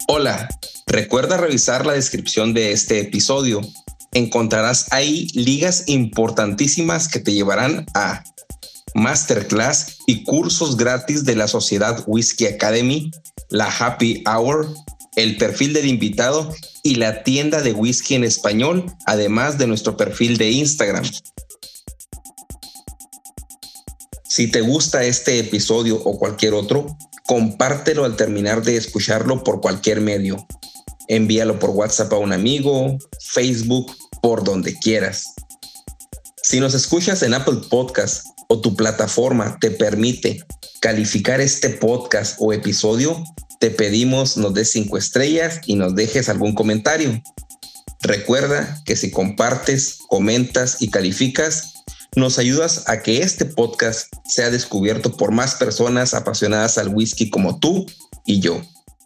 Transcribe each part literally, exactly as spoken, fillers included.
Hola, recuerda revisar la descripción de este episodio. Encontrarás ahí ligas importantísimas que te llevarán a masterclass y cursos gratis de la Sociedad Whisky Academy, la Happy Hour, el perfil del invitado y la tienda de whisky en español, además de nuestro perfil de Instagram. Si te gusta este episodio o cualquier otro, compártelo al terminar de escucharlo por cualquier medio. Envíalo por WhatsApp a un amigo, Facebook, por donde quieras. Si nos escuchas en Apple Podcast o tu plataforma te permite calificar este podcast o episodio, te pedimos nos des cinco estrellas y nos dejes algún comentario. Recuerda que si compartes, comentas y calificas, nos ayudas a que este podcast sea descubierto por más personas apasionadas al whisky como tú y yo.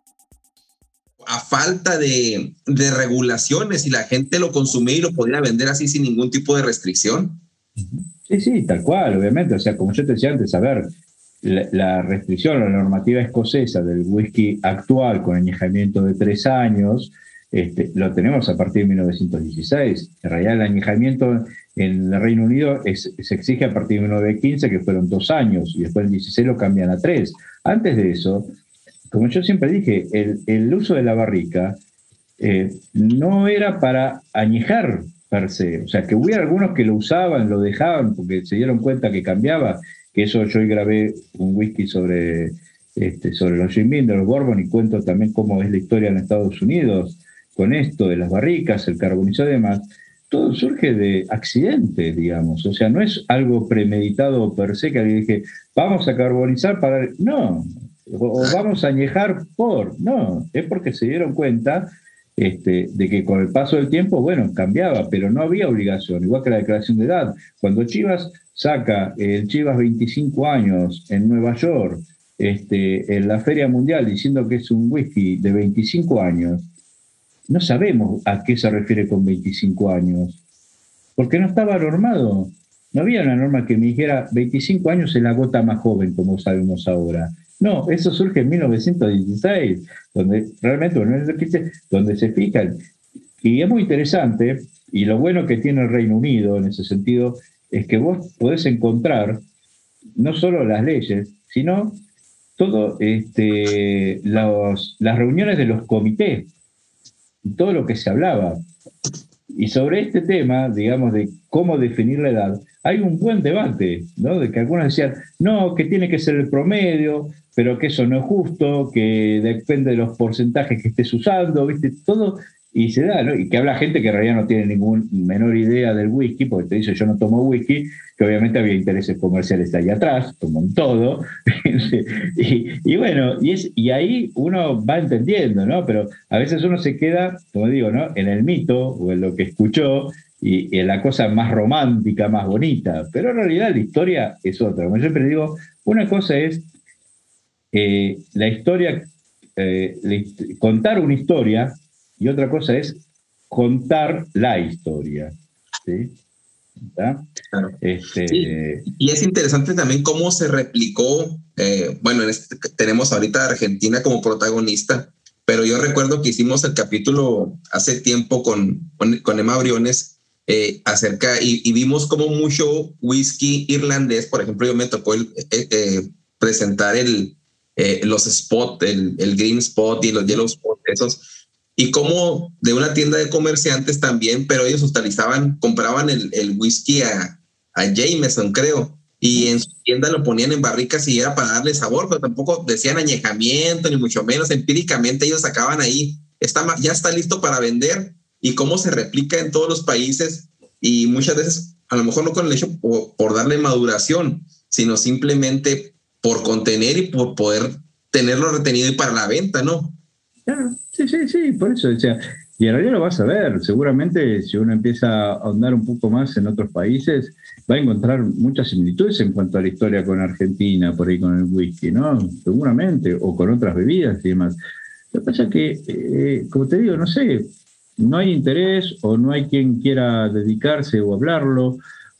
A falta de, de regulaciones y la gente lo consumía y lo podía vender así sin ningún tipo de restricción. Sí, sí, tal cual, obviamente. O sea, como yo te decía antes, a ver, la, la restricción, la normativa escocesa del whisky actual con añejamiento de tres años, este, lo tenemos a partir de mil novecientos dieciséis. En realidad el añejamiento en el Reino Unido es, se exige a partir de mil novecientos quince, que fueron dos años, y después en el dieciséis lo cambian a tres. Antes de eso, como yo siempre dije, el, el uso de la barrica eh, no era para añejar per se. O sea, que hubiera algunos que lo usaban, lo dejaban porque se dieron cuenta que cambiaba, que eso yo hoy grabé un whisky sobre, este, sobre los Jim Beam de los Bourbon y cuento también cómo es la historia en Estados Unidos con esto de las barricas, el carbonizado y demás. Todo surge de accidentes, digamos. O sea, no es algo premeditado per se que alguien dije, vamos a carbonizar para... No, o, o vamos a añejar por... No, es porque se dieron cuenta este, de que con el paso del tiempo, bueno, cambiaba, pero no había obligación, igual que la declaración de edad. Cuando Chivas saca el Chivas veinticinco años en Nueva York, este, en la Feria Mundial, diciendo que es un whisky de veinticinco años, no sabemos a qué se refiere con veinticinco años, porque no estaba normado. No había una norma que me dijera veinticinco años es la gota más joven, como sabemos ahora. No, eso surge en mil novecientos dieciséis, donde realmente bueno, donde se fijan. Y es muy interesante, y lo bueno que tiene el Reino Unido en ese sentido, es que vos podés encontrar no solo las leyes, sino todo este, los, las reuniones de los comités, todo lo que se hablaba. Y sobre este tema, digamos, de cómo definir la edad, hay un buen debate, ¿no? De que algunos decían, no, que tiene que ser el promedio, pero que eso no es justo, que depende de los porcentajes que estés usando, ¿viste? Todo, y se da, ¿no? Y que habla gente que en realidad no tiene ninguna menor idea del whisky, porque te dice, yo no tomo whisky, que obviamente había intereses comerciales ahí atrás, como en todo. y, y bueno, y, es, y ahí uno va entendiendo, ¿no? Pero a veces uno se queda, como digo, ¿no? En el mito o en lo que escuchó y, y en la cosa más romántica, más bonita. Pero en realidad la historia es otra. Como yo siempre digo, una cosa es eh, la historia, eh, la, contar una historia, y otra cosa es contar la historia, ¿sí? Claro. Este... Sí. Y es interesante también cómo se replicó, eh, bueno, en este, tenemos ahorita a Argentina como protagonista, pero yo recuerdo que hicimos el capítulo hace tiempo con, con, con Emma Briones eh, acerca, y, y vimos como mucho whisky irlandés, por ejemplo, yo me tocó el, eh, eh, presentar el, eh, los spot, el, el green spot y los yellow spot, esos, y como de una tienda de comerciantes también, pero ellos utilizaban, compraban el, el whisky a, a Jameson, creo, y en su tienda lo ponían en barricas y era para darle sabor, pero tampoco decían añejamiento, ni mucho menos. Empíricamente ellos sacaban ahí, está, ya está listo para vender, y cómo se replica en todos los países, y muchas veces, a lo mejor no con el hecho por, por darle maduración, sino simplemente por contener y por poder tenerlo retenido y para la venta, ¿no? Claro, sí, sí, sí, por eso, o sea, y en realidad lo vas a ver, seguramente si uno empieza a ahondar un poco más en otros países, va a encontrar muchas similitudes en cuanto a la historia con Argentina, por ahí con el whisky, ¿no? Seguramente, o con otras bebidas y demás. Lo que pasa es que, eh, como te digo, no sé, no hay interés o no hay quien quiera dedicarse o hablarlo,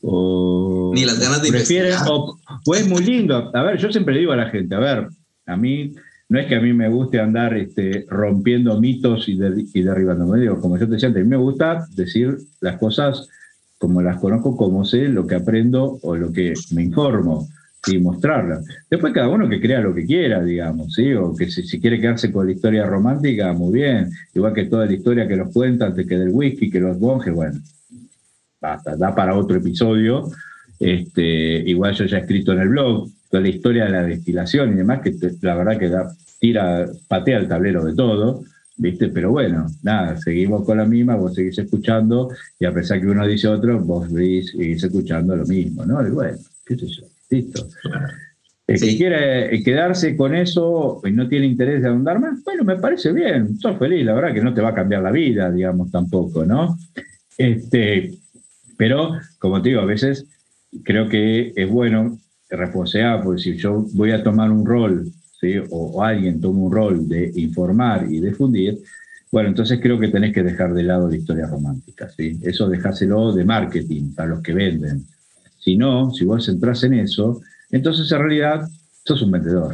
o ni las ganas de prefieren, o, o es muy lindo. A ver, yo siempre digo a la gente, a ver, a mí no es que a mí me guste andar este, rompiendo mitos y, de, y derribando. Me digo, como yo te decía antes, a mí me gusta decir las cosas como las conozco, como sé, lo que aprendo o lo que me informo, y mostrarlas. Después cada uno que crea lo que quiera, digamos, ¿sí? O que si, si quiere quedarse con la historia romántica, muy bien. Igual que toda la historia que nos cuentan, de que del whisky, que los monjes, bueno, basta, da para otro episodio. Este, igual yo ya he escrito en el blog toda la historia de la destilación y demás, que te, la verdad que da, tira, patea el tablero de todo, ¿viste? Pero bueno, nada, seguimos con la misma, vos seguís escuchando, y a pesar que uno dice otro, vos seguís escuchando lo mismo, ¿no? Y bueno, qué sé yo, listo. El sí. que quiere quedarse con eso y no tiene interés de ahondar más, bueno, me parece bien, sos feliz, la verdad que no te va a cambiar la vida, digamos, tampoco, ¿no? Este, pero, como te digo, a veces creo que es bueno responsabilidad, porque si yo voy a tomar un rol, ¿sí? o, o alguien toma un rol de informar y difundir, bueno, entonces creo que tenés que dejar de lado la historia romántica, ¿sí? Eso dejáselo de marketing para los que venden. Si no, si vos entrás en eso, entonces en realidad sos un vendedor.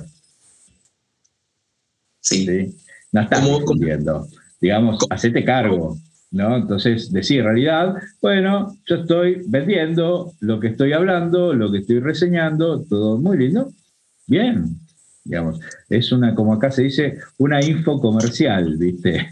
Sí. ¿Sí? No estás ¿Cómo, difundiendo. ¿Cómo? Digamos, ¿Cómo? Hacete cargo, ¿no? Entonces, decir, en realidad, bueno, yo estoy vendiendo lo que estoy hablando, lo que estoy reseñando, todo muy lindo. Bien, digamos. Es una, como acá se dice, una info comercial, ¿viste?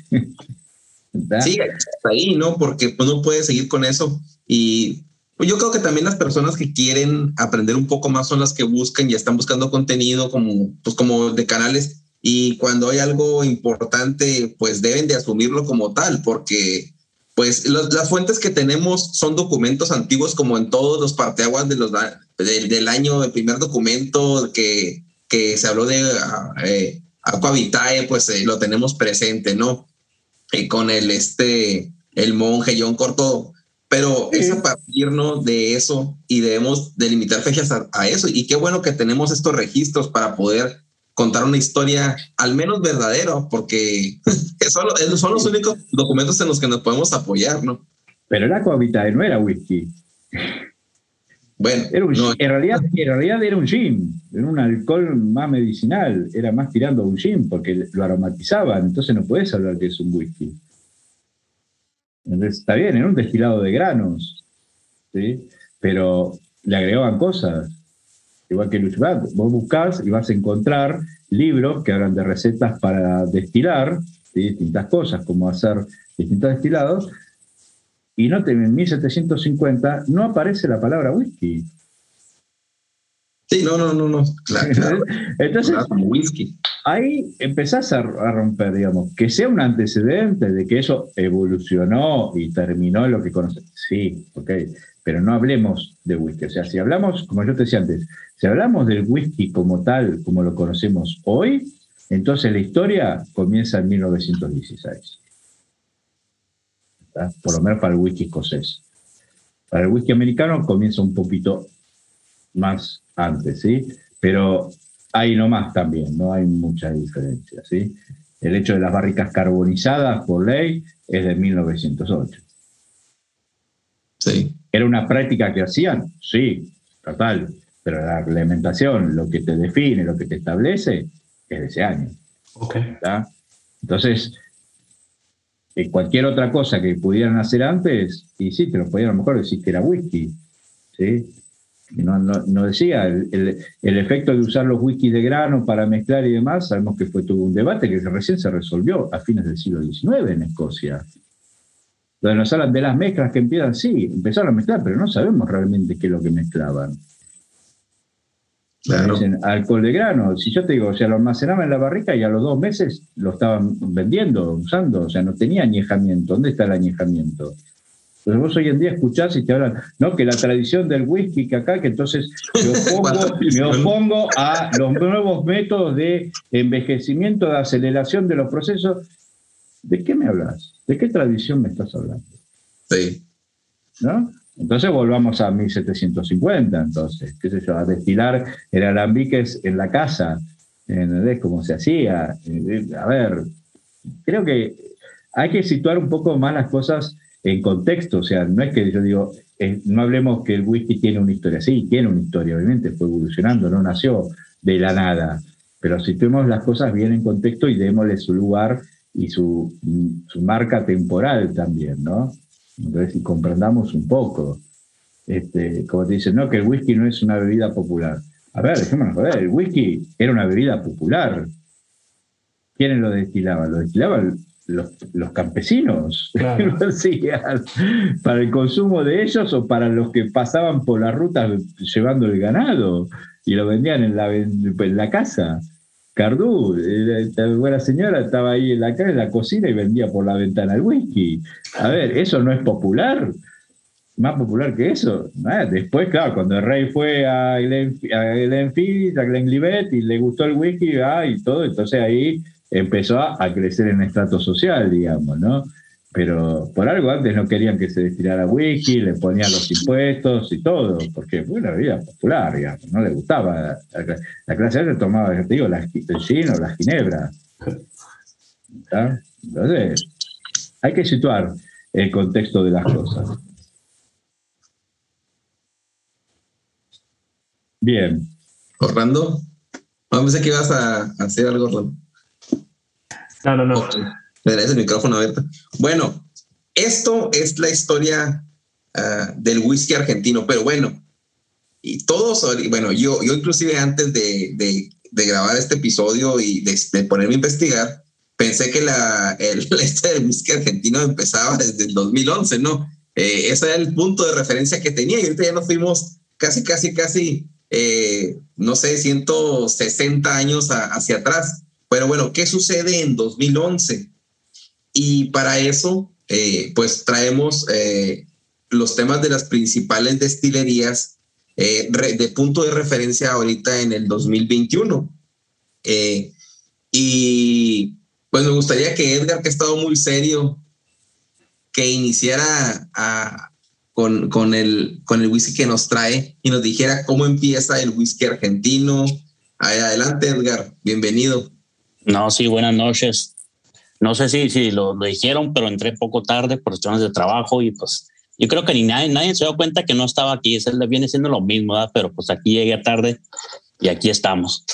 Sí, hasta ahí, ¿no? Porque uno puede seguir con eso. Y pues yo creo que también las personas que quieren aprender un poco más son las que buscan y están buscando contenido como, pues como de canales. Y cuando hay algo importante, pues deben de asumirlo como tal, porque pues los, las fuentes que tenemos son documentos antiguos, como en todos los parteaguas de los, de, del año, el primer documento que, que se habló de eh, Aqua Vitae, pues eh, lo tenemos presente, ¿no? Eh, con el, este, el monje John Corto. Pero sí. Es a partir, ¿no? de eso, y debemos delimitar fechas a, a eso. Y qué bueno que tenemos estos registros para poder contar una historia al menos verdadera, porque son, son los únicos documentos en los que nos podemos apoyar, ¿no? Pero el Aqua Vitae no era whisky. Bueno, era un, no. en, realidad, en realidad era un gin, era un alcohol más medicinal, era más tirando a un gin, porque lo aromatizaban, entonces no puedes hablar que es un whisky. Entonces, está bien, era un destilado de granos, ¿sí? Pero le agregaban cosas. Igual que Luchbat, vos buscás y vas a encontrar libros que hablan de recetas para destilar, ¿sí? Distintas cosas, como hacer distintos destilados, y no te, en mil setecientos cincuenta no aparece la palabra whisky. Sí, no, no, no, no. Claro, claro. Entonces, claro, como whisky. Ahí empezás a, a romper, digamos, que sea un antecedente de que eso evolucionó y terminó en lo que conocemos. Sí, ok, pero no hablemos de whisky. O sea, si hablamos, como yo te decía antes, si hablamos del whisky como tal, como lo conocemos hoy, entonces la historia comienza en mil novecientos dieciséis. ¿Está? Por lo menos para el whisky escocés. Para el whisky americano comienza un poquito más antes, ¿sí? Pero ahí nomás también, no hay mucha diferencia, ¿sí? El hecho de las barricas carbonizadas por ley es de mil novecientos ocho. Sí. ¿Era una práctica que hacían? Sí, total. Pero la reglamentación, lo que te define, lo que te establece, es de ese año. Ok. ¿Está? Entonces, eh, cualquier otra cosa que pudieran hacer antes, y sí, te lo podían a lo mejor decir que era whisky, ¿sí? No, no, no decía, el, el, el efecto de usar los whiskies de grano para mezclar y demás, sabemos que fue todo un debate que recién se resolvió a fines del siglo diecinueve en Escocia. Donde nos hablan de las mezclas que empiezan, sí, empezaron a mezclar, pero no sabemos realmente qué es lo que mezclaban. Claro. Dicen alcohol de grano, si yo te digo, o sea, lo almacenaban en la barrica y a los dos meses lo estaban vendiendo, usando, o sea, no tenía añejamiento. ¿Dónde está el añejamiento? Entonces vos hoy en día escuchás y te hablan, no, que la tradición del whisky, que acá, que entonces me opongo, me opongo a los nuevos métodos de envejecimiento, de aceleración de los procesos. ¿De qué me hablas? ¿De qué tradición me estás hablando? Sí. ¿No? Entonces volvamos a mil setecientos cincuenta, entonces, qué sé yo, a destilar el alambiques en la casa, ¿entendés? Cómo se hacía. A ver, creo que hay que situar un poco más las cosas en contexto, o sea, no es que yo digo, eh, no hablemos que el whisky tiene una historia, sí, tiene una historia, obviamente, fue evolucionando, no nació de la nada, pero situemos las cosas bien en contexto y démosle su lugar y su, su marca temporal también, ¿no? Entonces, si comprendamos un poco, este, como te dicen, no, que el whisky no es una bebida popular. A ver, dejémonos joder, el whisky era una bebida popular. ¿Quiénes lo destilaban? Lo destilaban los, los campesinos. Claro. Lo hacían para el consumo de ellos o para los que pasaban por la ruta llevando el ganado y lo vendían en la, en la casa. Cardú, la buena señora estaba ahí en la casa, en la cocina y vendía por la ventana el whisky. A ver, ¿eso no es popular? Más popular que eso. Ah, después, claro, cuando el rey fue a Glenfiddich, a Glenlivet y le gustó el whisky, ah, y todo, entonces ahí empezó a, a crecer en estrato social, digamos, ¿no? Pero por algo antes no querían que se destilara whisky, le ponían los impuestos y todo, porque fue una bebida popular, digamos, no le gustaba. La, la clase alta tomaba, ya te digo, el gin o la ginebra. ¿Está? Entonces, hay que situar el contexto de las cosas. Bien. Orlando, no pensé que ibas a hacer algo, Orlando. No, no, no. Oh, tenés el micrófono abierto. Bueno, esto es la historia uh, del whisky argentino, pero bueno, y todos, bueno, yo, yo inclusive antes de, de, de grabar este episodio y de, de ponerme a investigar, pensé que la, el, la historia del whisky argentino empezaba desde el dos mil once, ¿no? Eh, ese era el punto de referencia que tenía y ahorita ya nos fuimos casi, casi, casi, eh, no sé, ciento sesenta años a, hacia atrás. Pero bueno, ¿qué sucede en dos mil once? Y para eso, eh, pues traemos eh, los temas de las principales destilerías eh, de punto de referencia ahorita en el dos mil veintiuno. Eh, y pues me gustaría que Edgar, que ha estado muy serio, que iniciara a, con, con, el, con el whisky que nos trae y nos dijera cómo empieza el whisky argentino. Adelante, Edgar, bienvenido. No, sí, buenas noches. No sé si, si lo, lo dijeron, pero entré poco tarde por cuestiones de trabajo y pues yo creo que ni nadie, nadie se dio cuenta que no estaba aquí. Eso viene siendo lo mismo, ¿verdad? Pero pues aquí llegué tarde y aquí estamos.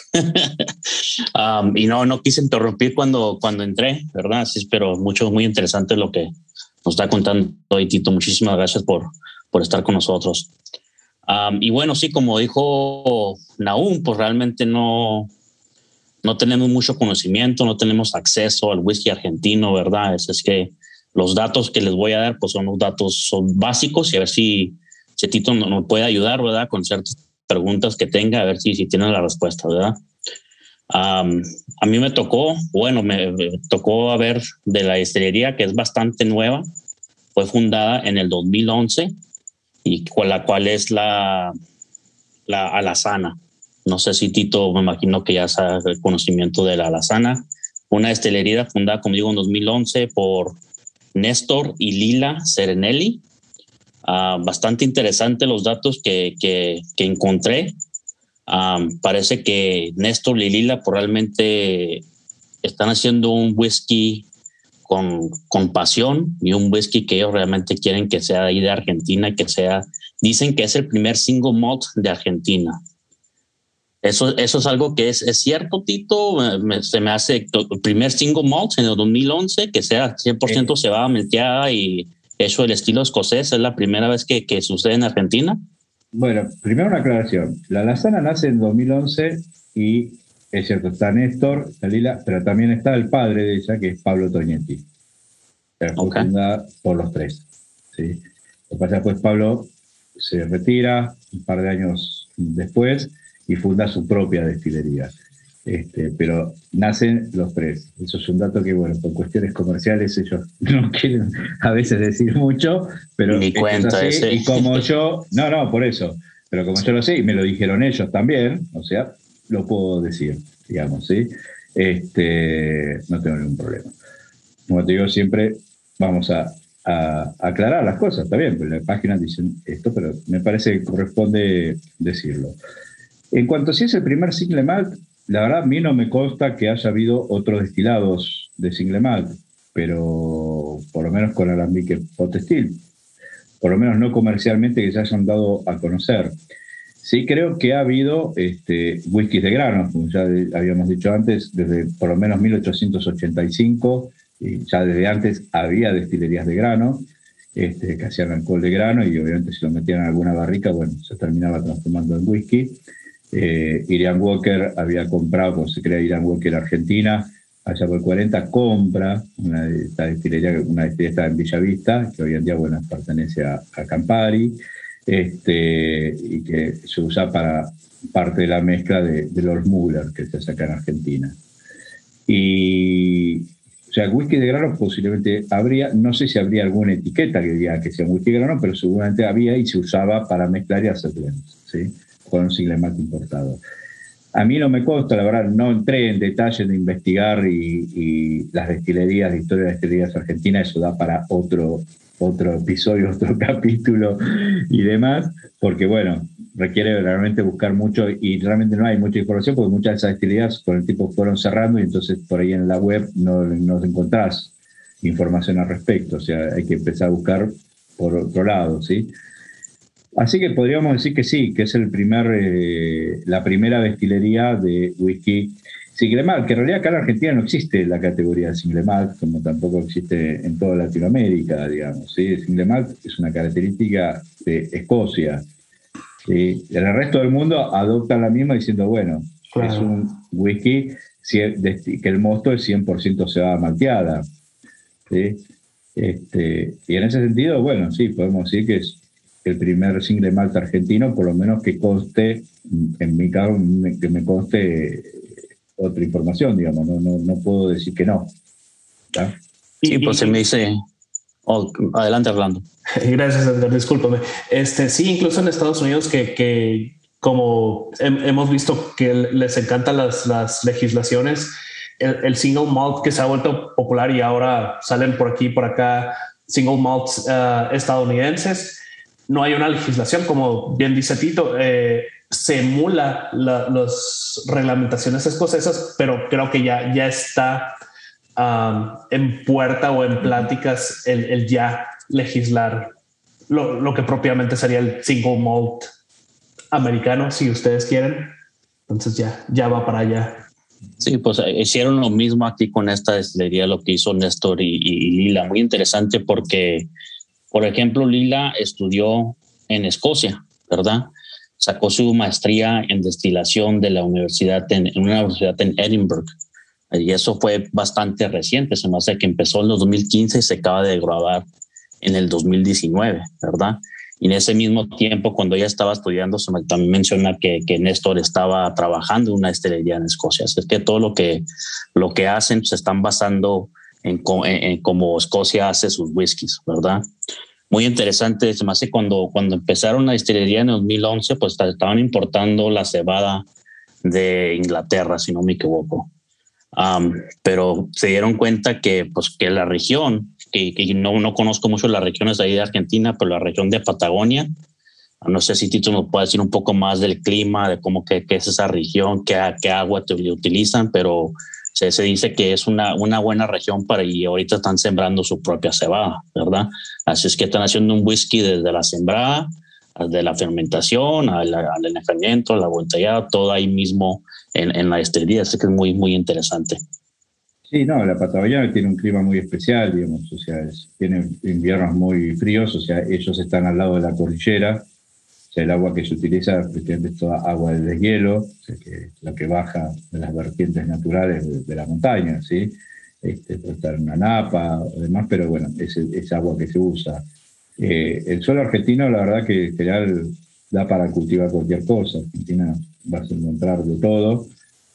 um, y no, no quise interrumpir cuando, cuando entré, ¿verdad? Sí, pero mucho, muy interesante lo que nos está contando hoy, Tito. Muchísimas gracias por, por estar con nosotros. Um, y bueno, sí, como dijo Nahum, pues realmente no... No tenemos mucho conocimiento, no tenemos acceso al whisky argentino, ¿verdad? Es, es que los datos que les voy a dar pues son los datos son básicos y a ver si, si Tito nos no puede ayudar, ¿verdad? Con ciertas preguntas que tenga, a ver si, si tiene la respuesta, ¿verdad? Um, a mí me tocó, bueno, me, me tocó a ver de la destilería que es bastante nueva, fue fundada en el dos mil once y con la cual es la, la Alazana. No sé si Tito, me imagino que ya sabe el conocimiento de la Alazana, una destilería fundada, como digo, en dos mil once por Néstor y Lila Serenelli. Uh, bastante interesante los datos que, que, que encontré. Um, parece que Néstor y Lila pues, realmente están haciendo un whisky con, con pasión y un whisky que ellos realmente quieren que sea ahí de Argentina, que sea, dicen que es el primer single malt de Argentina. Eso, eso es algo que es, es cierto, Tito. Me, se me hace el primer single malt en el dos mil once que sea cien por ciento Sí. cebada malteada y eso el estilo escocés. ¿Es la primera vez que, que sucede en Argentina? Bueno, primero una aclaración. La Alazana nace en dos mil once y es cierto, está Néstor, está Lila, pero también está el padre de ella, que es Pablo Tognetti. Fue okay. fundada por los tres. ¿Sí? Lo que pasa es que pues Pablo se retira un par de años después y funda su propia destilería. Este, pero nacen los tres. Eso es un dato que, bueno, por cuestiones comerciales ellos no quieren a veces decir mucho, pero ni cuenta es así, ese. Y como yo, no, no, por eso, pero como yo lo sé, y me lo dijeron ellos también, o sea, lo puedo decir, digamos, ¿sí? Este, no tengo ningún problema. Como te digo, siempre vamos a, a, a aclarar las cosas, está bien, porque la página dicen esto, pero me parece que corresponde decirlo. En cuanto a si es el primer single malt, la verdad a mí no me consta que haya habido otros destilados de single malt, pero por lo menos con alambique pot still, por lo menos no comercialmente que se hayan dado a conocer. Sí creo que ha habido este, whiskies de grano, como ya de, habíamos dicho antes, desde por lo menos mil ochocientos ochenta y cinco, y ya desde antes había destilerías de grano, este, que hacían alcohol de grano, y obviamente si lo metían en alguna barrica, bueno, se terminaba transformando en whisky. Eh, Irian Walker había comprado, cuando se crea Irian Walker Argentina, allá por el cuarenta, compra una, esta destilería, una destilería está en Villavista, que hoy en día, bueno, pertenece a, a Campari, este, y que se usa para parte de la mezcla de, de Lord Muller, que se saca en Argentina. Y, o sea, whisky de grano posiblemente habría, no sé si habría alguna etiqueta que diga que sea whisky de grano, pero seguramente había y se usaba para mezclar y hacer blends, ¿sí? Con un single malt importado. A mí no me consta, la verdad, no entré en detalle de investigar y, y las destilerías, la historia de las destilerías argentinas, eso da para otro, otro episodio, otro capítulo y demás, porque bueno, requiere realmente buscar mucho y realmente no hay mucha información porque muchas de esas destilerías con el tiempo fueron cerrando y entonces por ahí en la web no, no encontrás información al respecto, o sea, hay que empezar a buscar por otro lado, ¿sí? Así que podríamos decir que sí, que es el primer, eh, la primera destilería de whisky single malt, que en realidad acá en Argentina no existe la categoría de single malt, como tampoco existe en toda Latinoamérica, digamos, ¿sí? El single malt es una característica de Escocia, ¿sí? En el resto del mundo adoptan la misma diciendo, bueno, claro, es un whisky que el mosto es cien por ciento cebada malteada, ¿sí? Este, y en ese sentido, bueno, sí, podemos decir que es el primer single malt argentino, por lo menos que conste, en mi caso, que me conste otra información, digamos, no, no, no puedo decir que no. ¿Está? Sí, pues se me dice... Oh, adelante, Orlando. Gracias, Edgar, discúlpame. Este, sí, incluso en Estados Unidos, que, que como he, hemos visto que les encantan las, las legislaciones, el, el single malt que se ha vuelto popular y ahora salen por aquí por acá single malts uh, estadounidenses. No hay una legislación, como bien dice Tito, eh, se emula la, las reglamentaciones escocesas, pero creo que ya, ya está um, en puerta o en pláticas el, el ya legislar lo, lo que propiamente sería el single malt americano, si ustedes quieren. Entonces ya, ya va para allá. Sí, pues hicieron lo mismo aquí con esta destilería, lo que hizo Néstor y, y, y Lila. Muy interesante porque... Por ejemplo, Lila estudió en Escocia, ¿verdad? Sacó su maestría en destilación de la universidad en, en una universidad en Edinburgh. Y eso fue bastante reciente. Se me hace que empezó en el dos mil quince y se acaba de graduar en el dos mil diecinueve, ¿verdad? Y en ese mismo tiempo, cuando ella estaba estudiando, se me también menciona que, que Néstor estaba trabajando en una destilería en Escocia. Así es que todo lo que, lo que hacen se están basando En, en, en cómo Escocia hace sus whiskies, ¿verdad? Muy interesante, se me hace cuando, cuando empezaron la destilería en el dos mil once, pues estaban importando la cebada de Inglaterra, si no me equivoco. Um, pero se dieron cuenta que, pues, que la región, que, que no, no conozco mucho las regiones de ahí de Argentina, pero la región de Patagonia, no sé si Tito nos puede decir un poco más del clima, de cómo que, que es esa región, qué, qué agua te utilizan, pero Se, se dice que es una, una buena región para y ahorita están sembrando su propia cebada, ¿verdad? Así es que están haciendo un whisky desde la sembrada, de la fermentación, al, al enajamiento, la embotellada, todo ahí mismo en, en la destilería. Así que es muy, muy interesante. Sí, no, la Patagonia tiene un clima muy especial, digamos, o sea, es, tiene inviernos muy fríos, o sea, ellos están al lado de la cordillera. O sea, el agua que se utiliza es toda agua de deshielo, o sea, que es la que baja de las vertientes naturales de, de la montaña, ¿sí? Este, puede estar en una napa o demás, pero bueno, es, es agua que se usa. Eh, el suelo argentino, la verdad que en general da para cultivar cualquier cosa. Argentina vas a encontrar de todo.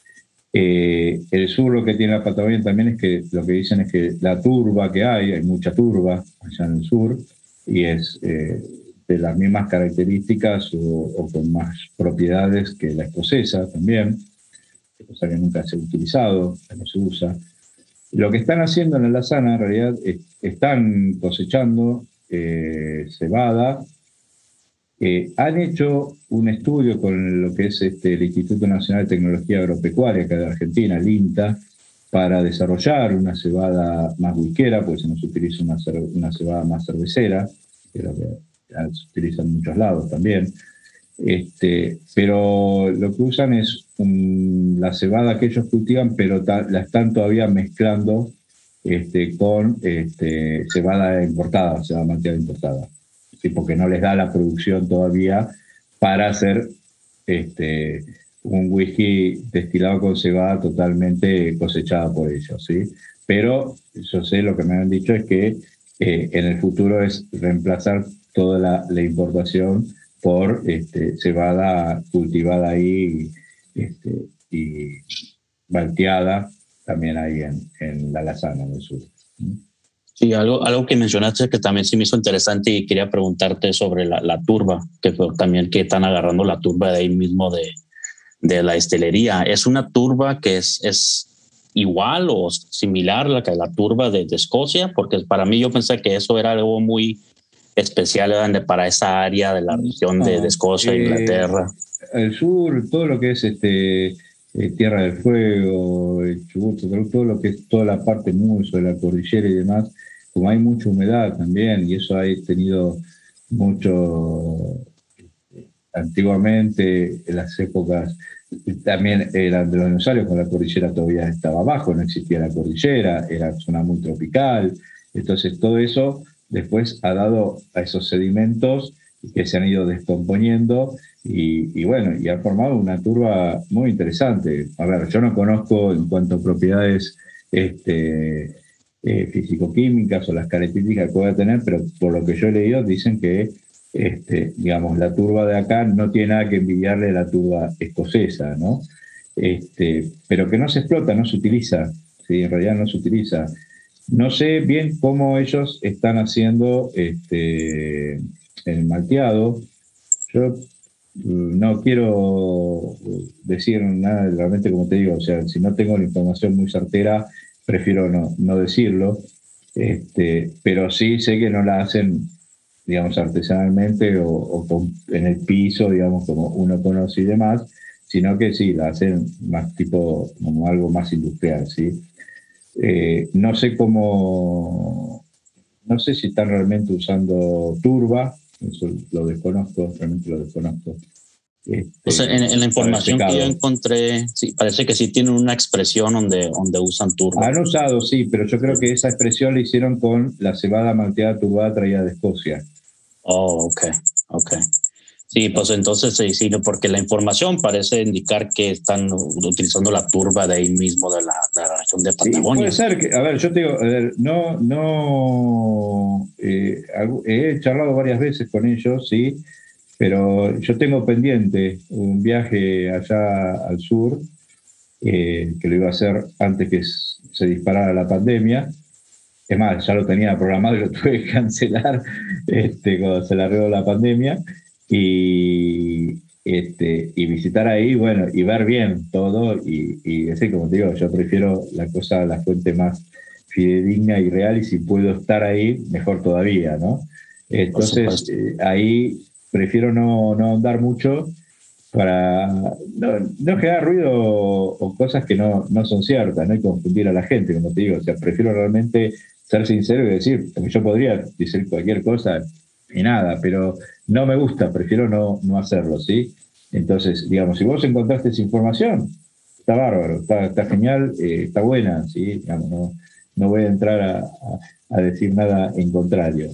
Eh, el sur, lo que tiene la Patagonia también es que lo que dicen es que la turba que hay, hay mucha turba allá en el sur, y es... Eh, de las mismas características o, o con más propiedades que la escocesa también, cosa que nunca se ha utilizado, que no se usa. Lo que están haciendo en la Sana, en realidad, es, están cosechando eh, cebada. Eh, han hecho un estudio con lo que es este, el Instituto Nacional de Tecnología Agropecuaria acá de Argentina, el INTA, para desarrollar una cebada más whiskera, porque se nos utiliza una, una cebada más cervecera, que es lo que se utiliza en muchos lados también. Este, pero lo que usan es um, la cebada que ellos cultivan, pero ta, la están todavía mezclando este, con este, cebada importada, cebada malteada importada, ¿sí? Porque no les da la producción todavía para hacer este, un whisky destilado con cebada totalmente cosechada por ellos, ¿sí? Pero yo sé, lo que me han dicho es que eh, en el futuro es reemplazar toda la, la importación por este, cebada cultivada ahí este, y malteada también ahí en, en la Lasana del sur. Sí, algo, algo que mencionaste que también sí me hizo interesante y quería preguntarte sobre la, la turba, que fue también que están agarrando la turba de ahí mismo de, de la destilería. ¿Es una turba que es, es igual o similar a la que la turba de, de Escocia? Porque para mí yo pensé que eso era algo muy especial para esa área de la región de, de Escocia, eh, Inglaterra. El sur, todo lo que es este eh, Tierra del Fuego, el Chubut, todo lo que es toda la parte muso de la cordillera y demás, como hay mucha humedad también, y eso ha tenido mucho antiguamente en las épocas también eran de los dinosaurios, cuando la cordillera todavía estaba abajo, no existía la cordillera, era zona muy tropical, entonces todo eso después ha dado a esos sedimentos que se han ido descomponiendo y, y bueno, y ha formado una turba muy interesante. A ver, yo no conozco en cuanto a propiedades este, eh, físico-químicas o las características que pueda tener, pero por lo que yo he leído dicen que este, digamos, la turba de acá no tiene nada que envidiarle a la turba escocesa, ¿no? Este, pero que no se explota, no se utiliza, ¿sí? En realidad no se utiliza. No sé bien cómo ellos están haciendo este, el malteado. Yo no quiero decir nada realmente, como te digo, o sea, si no tengo la información muy certera, prefiero no, no decirlo, este, pero sí sé que no la hacen, digamos, artesanalmente o, o con, en el piso, digamos, como uno conoce y demás, sino que sí, la hacen más tipo, como algo más industrial, ¿sí? Eh, no sé cómo, no sé si están realmente usando turba, eso lo desconozco, realmente lo desconozco. Este, o sea, en, en la información que yo encontré, sí, parece que sí tienen una expresión donde, donde usan turba. Han usado, sí, pero yo creo que esa expresión la hicieron con la cebada malteada turbada traída de Escocia. Oh, ok, ok. Sí, pues entonces sí, sí, porque la información parece indicar que están utilizando la turba de ahí mismo, de la, de la región de Patagonia. Sí, puede ser que, a ver, yo te digo, a ver, no, no, eh, he charlado varias veces con ellos, sí, pero yo tengo pendiente un viaje allá al sur, eh, que lo iba a hacer antes que se disparara la pandemia. Es más, ya lo tenía programado y lo tuve que cancelar este, cuando se largó la pandemia. Y, este, y visitar ahí, bueno, y ver bien todo. Y, y así, como te digo, yo prefiero la cosa, la fuente más fidedigna y real. Y si puedo estar ahí, mejor todavía, ¿no? Entonces, eh, ahí prefiero no, no andar mucho para no, no generar ruido o, o cosas que no, no son ciertas, no hay que confundir a la gente, como te digo. O sea, prefiero realmente ser sincero y decir, porque yo podría decir cualquier cosa y nada, pero no me gusta, prefiero no, no hacerlo, ¿sí? Entonces, digamos, si vos encontraste esa información, está bárbaro, está, está genial, eh, está buena, ¿sí? Digamos, no, no voy a entrar a, a, a decir nada en contrario.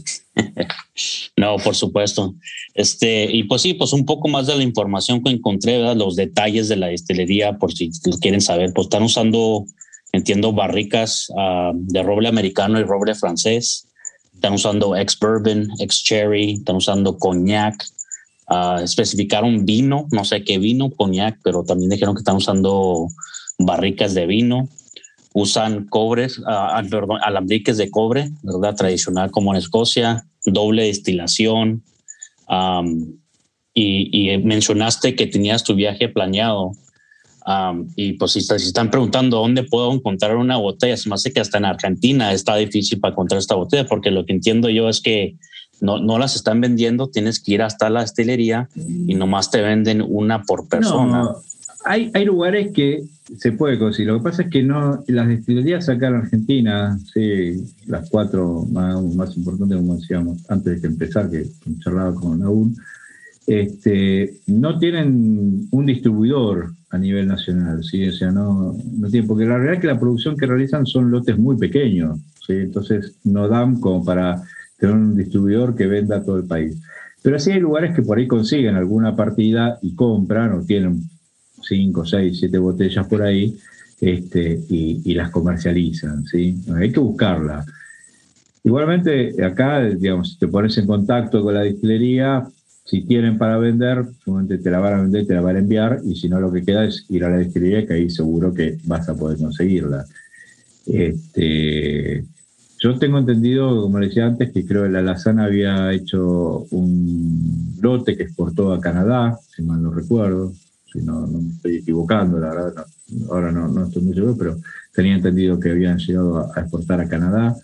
No, por supuesto. Este, y pues sí, pues un poco más de la información que encontré, ¿verdad? Los detalles de la destilería, por si quieren saber, pues están usando, entiendo, barricas uh, de roble americano y roble francés. Están usando ex-bourbon, ex-cherry, están usando coñac. Uh, especificaron vino, no sé qué vino, coñac, pero también dijeron que están usando barricas de vino. Usan cobres, uh, perdón, alambiques de cobre, ¿verdad? Tradicional como en Escocia, doble destilación. Um, y, y mencionaste que tenías tu viaje planeado. Um, y pues si, si están preguntando dónde puedo encontrar una botella, se me hace que hasta en Argentina está difícil para encontrar esta botella, porque lo que entiendo yo es que no, no las están vendiendo, tienes que ir hasta la destilería y nomás te venden una por persona. No, hay, hay lugares que se puede conseguir. Lo que pasa es que no, las destilerías acá en Argentina, sí, las cuatro más, más importantes, como decíamos antes de que empezar, que charlaba con Aún, este, no tienen un distribuidor a nivel nacional, ¿sí? O sea, no, no tienen, porque la realidad es que la producción que realizan son lotes muy pequeños, ¿sí? Entonces no dan como para tener un distribuidor que venda a todo el país. Pero sí hay lugares que por ahí consiguen alguna partida y compran o tienen cinco, seis, siete botellas por ahí, este, y, y las comercializan, ¿sí? Hay que buscarla. Igualmente, acá, digamos, si te pones en contacto con la destilería, si tienen para vender, seguramente te la van a vender, te la van a enviar, y si no, lo que queda es ir a la destilería, que ahí seguro que vas a poder conseguirla. Este, yo tengo entendido, como le decía antes, que creo que la Alazana había hecho un lote que exportó a Canadá, si mal no recuerdo, si no, no me estoy equivocando, la verdad, no, ahora no, no estoy muy seguro, pero tenía entendido que habían llegado a, a exportar a Canadá.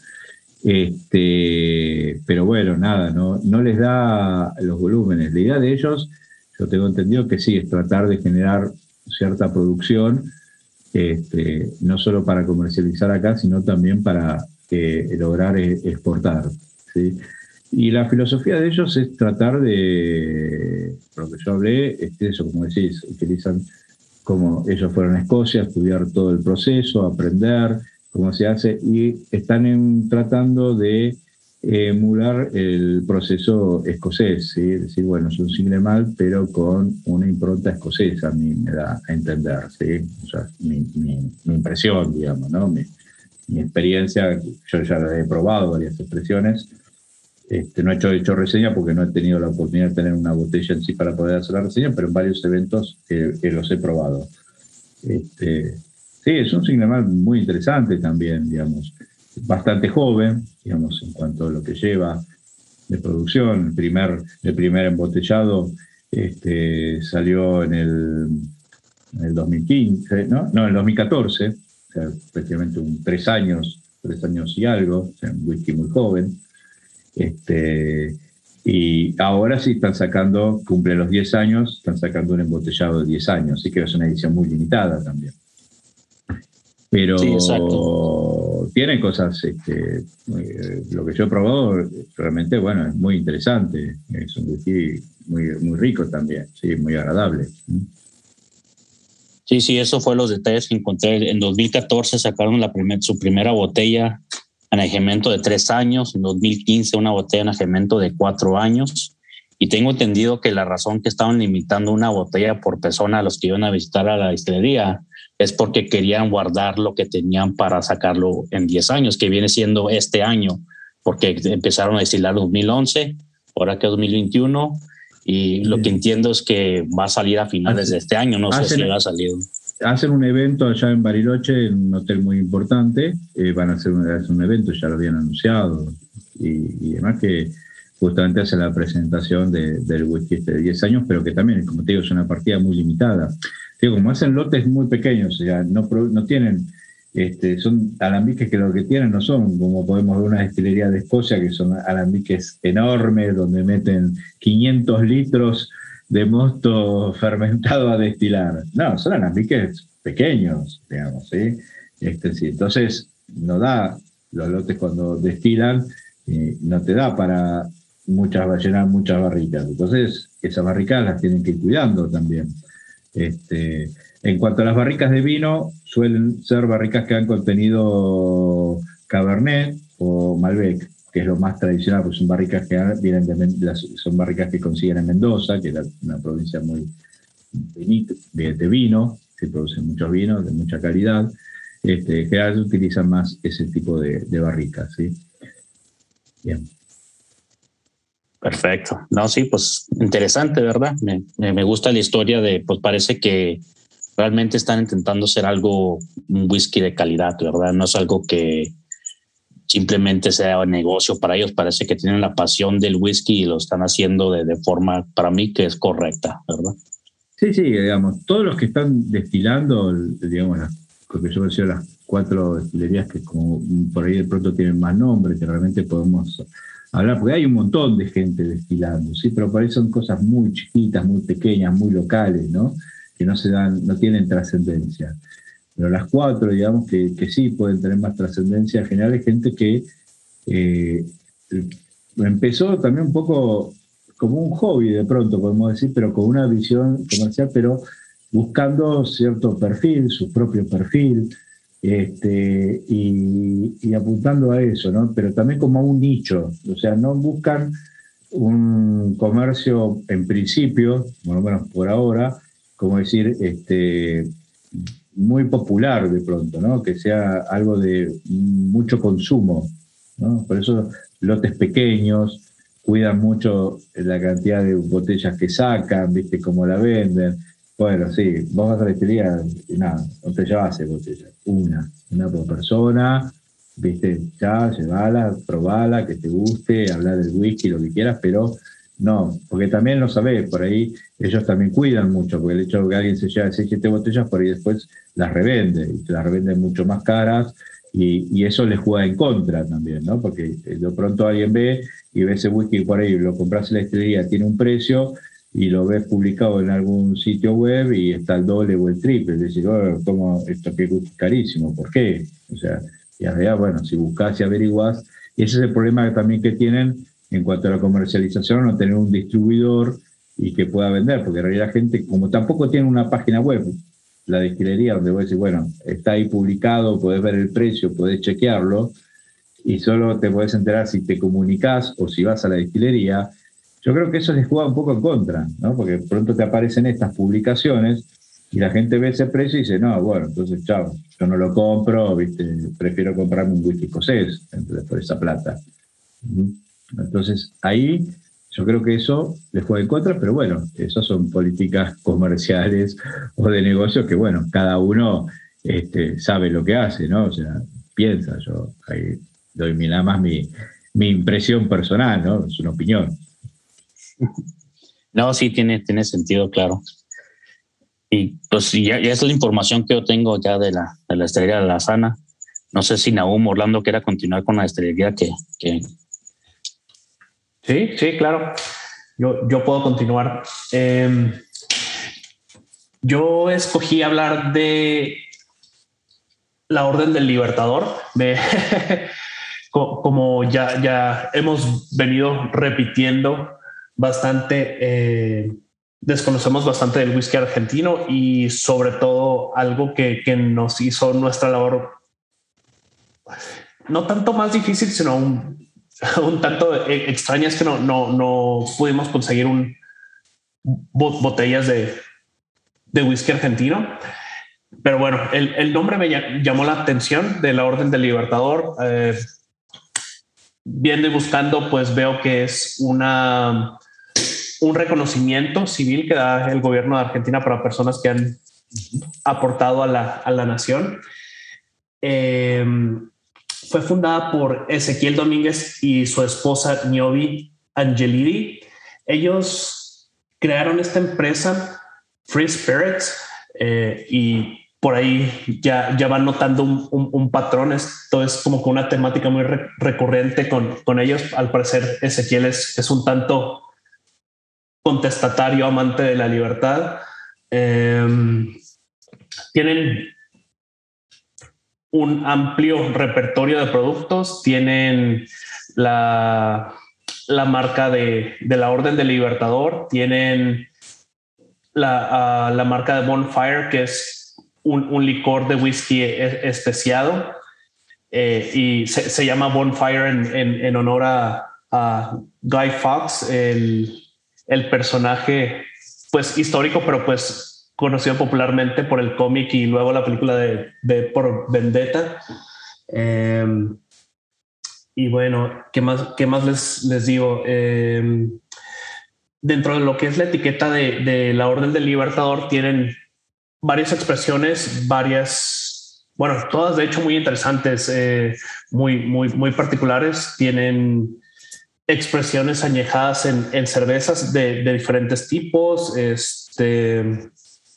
Este, pero bueno, nada, no, no les da los volúmenes. La idea de ellos, yo tengo entendido que sí, es tratar de generar cierta producción, este, no solo para comercializar acá, sino también para eh, lograr eh, exportar, ¿sí? Y la filosofía de ellos es tratar de, por lo que yo hablé, es eso, como decís, utilizan como ellos fueron a Escocia, estudiar todo el proceso, aprender cómo se hace, y están en, tratando de emular el proceso escocés, ¿sí? Es decir, bueno, es un single malt, pero con una impronta escocesa, a mí me da a entender, ¿sí? O sea, mi, mi, mi impresión, digamos, ¿no? Mi, mi experiencia, yo ya he probado varias expresiones, este, no he hecho, hecho reseña porque no he tenido la oportunidad de tener una botella en sí para poder hacer la reseña, pero en varios eventos eh, eh, los he probado. Este, sí, es un single malt muy interesante también, digamos, bastante joven, digamos, en cuanto a lo que lleva de producción. El primer, el primer embotellado este, salió en el, en el dos mil quince, ¿no? No, en el dos mil catorce, o sea, prácticamente un tres años, tres años y algo, o sea, un whisky muy joven. Este, y ahora sí están sacando, cumple los diez años, están sacando un embotellado de diez años, así que es una edición muy limitada también. Pero sí, tiene cosas, este, muy, lo que yo he probado realmente, bueno, es muy interesante, es un whisky muy, muy rico también, sí, muy agradable. Sí, sí, eso fue los detalles que encontré. En dos mil catorce sacaron la primer, su primera botella añejamiento de tres años, en dos mil quince una botella de añejamiento de cuatro años, y tengo entendido que la razón que estaban limitando una botella por persona a los que iban a visitar a la destilería es porque querían guardar lo que tenían para sacarlo en diez años, que viene siendo este año, porque empezaron a destilar dos mil once, ahora que es dos mil veintiuno, y lo que entiendo es que va a salir a finales Hace, de este año, no sé si va a salir. Hacen un evento allá en Bariloche, en un hotel muy importante, eh, van a hacer un, hacer un evento, ya lo habían anunciado, y, y además que justamente hace la presentación de, del whisky este de diez años, pero que también, como te digo, es una partida muy limitada. Digo, como hacen lotes muy pequeños, o sea, no, no tienen, este, son alambiques que lo que tienen no son, como podemos ver una destilería de Escocia, que son alambiques enormes, donde meten quinientos litros de mosto fermentado a destilar. No, son alambiques pequeños, digamos, ¿sí? Este, sí. Entonces, no da, los lotes cuando destilan, eh, no te da para muchas, llenar muchas barricas. Entonces, esas barricas las tienen que ir cuidando también. Este, en cuanto a las barricas de vino, suelen ser barricas que han contenido Cabernet o Malbec, que es lo más tradicional, porque son barricas que vienen de, son barricas que consiguen en Mendoza, que es una provincia muy de, de vino, se producen muchos vinos de mucha calidad. Este, generalmente utilizan más ese tipo de, de barricas, ¿sí? Bien. Perfecto. No, sí, pues interesante, ¿verdad? Me, me gusta la historia de, pues parece que realmente están intentando hacer algo, un whisky de calidad, ¿verdad? No es algo que simplemente sea un negocio para ellos. Parece que tienen la pasión del whisky y lo están haciendo de, de forma, para mí, que es correcta, ¿verdad? Sí, sí, digamos, todos los que están destilando, digamos, las, porque yo decía las cuatro destilerías que como por ahí de pronto tienen más nombre, que realmente podemos hablar, porque hay un montón de gente destilando, sí, pero por ahí son cosas muy chiquitas, muy pequeñas, muy locales, ¿no? Que no se dan, no tienen trascendencia. Pero las cuatro, digamos, que, que sí pueden tener más trascendencia, en general es gente que eh, empezó también un poco como un hobby de pronto, podemos decir, pero con una visión comercial, pero buscando cierto perfil, su propio perfil, este, y, y apuntando a eso, ¿no? Pero también como a un nicho, o sea, no buscan un comercio en principio, por lo menos por ahora, como decir, este, muy popular de pronto, ¿no? Que sea algo de mucho consumo, ¿no? Por eso lotes pequeños, cuidan mucho la cantidad de botellas que sacan, viste cómo la venden. Bueno, sí, vos vas a la destilería y nada, no te llevas seis botellas, una, una por persona, viste, ya, llevala, probala, que te guste, hablar del whisky, lo que quieras, pero no, porque también lo sabés, por ahí ellos también cuidan mucho, porque el hecho de que alguien se lleve seis, siete botellas, por ahí después las revende, y se las revenden mucho más caras, y, y eso les juega en contra también, ¿no? Porque de pronto alguien ve y ve ese whisky por ahí, lo compras en la destilería, tiene un precio, y lo ves publicado en algún sitio web y está el doble o el triple. Es decir, oh, ¿cómo esto que es carísimo? ¿Por qué? O sea, y en realidad, bueno, si buscas y averiguás, ese es el problema también que tienen en cuanto a la comercialización, no tener un distribuidor y que pueda vender, porque en realidad la gente, como tampoco tiene una página web, la destilería, donde vos decís, bueno, está ahí publicado, podés ver el precio, podés chequearlo, y solo te podés enterar si te comunicás o si vas a la destilería. Yo creo que eso les juega un poco en contra, ¿no? Porque pronto te aparecen estas publicaciones y la gente ve ese precio y dice, no, bueno, entonces, chao, yo no lo compro, ¿viste? Prefiero comprarme un whisky escocés, entonces, por esa plata. Entonces, ahí yo creo que eso les juega en contra, pero bueno, esas son políticas comerciales o de negocios que, bueno, cada uno este, sabe lo que hace, ¿no? O sea, piensa, yo ahí doy nada más mi, mi impresión personal, ¿no? Es una opinión. No, sí, tiene, tiene sentido, claro. Y pues ya, ya es la información que yo tengo ya de la, de la destilería de La Sana. No sé si Nahum Orlando quiera continuar con la destilería que, que... Sí, sí, claro. Yo, yo puedo continuar. Eh, yo escogí hablar de la Orden del Libertador, de como ya, ya hemos venido repitiendo bastante, eh, desconocemos bastante del whisky argentino y sobre todo algo que, que nos hizo nuestra labor no tanto más difícil, sino un, un tanto extraña, es que no, no, no pudimos conseguir un, botellas de, de whisky argentino. Pero bueno, el, el nombre me llamó la atención de la Orden del Libertador. Eh, viendo y buscando, pues veo que es una, un reconocimiento civil que da el gobierno de Argentina para personas que han aportado a la, a la nación. Eh, fue fundada por Ezequiel Domínguez y su esposa Niobe Angelidi. Ellos crearon esta empresa, Free Spirits, eh, y por ahí ya, ya van notando un, un, un patrón. Esto es como que una temática muy re recurrente con, con ellos. Al parecer, Ezequiel es, es un tanto contestatario, amante de la libertad. Eh, tienen un amplio repertorio de productos. Tienen la, la marca de, de la Orden del Libertador. Tienen la, uh, la marca de Bonfire, que es Un, un licor de whisky especiado, eh, y se, se llama Bonfire en, en, en honor a, a Guy Fawkes, el, el personaje pues histórico, pero pues conocido popularmente por el cómic y luego la película de, de por Vendetta. Eh, y bueno, ¿qué más, qué más les, les digo? Eh, dentro de lo que es la etiqueta de, de la Orden del Libertador tienen varias expresiones, varias, bueno, todas de hecho muy interesantes, eh, muy, muy, muy particulares. Tienen expresiones añejadas en, en cervezas de, de diferentes tipos, este,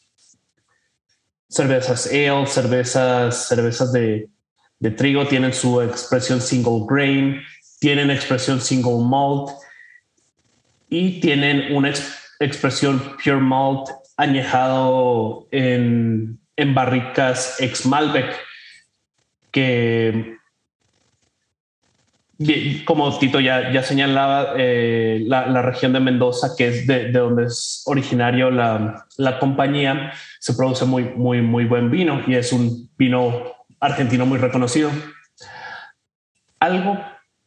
cervezas ale, cervezas, cervezas de, de trigo, tienen su expresión single grain, tienen expresión single malt y tienen una ex, expresión pure malt añejado en, en barricas ex Malbec, que como Tito ya, ya señalaba, eh, la, la región de Mendoza, que es de, de donde es originario la, la compañía, se produce muy, muy, muy buen vino y es un vino argentino muy reconocido. Algo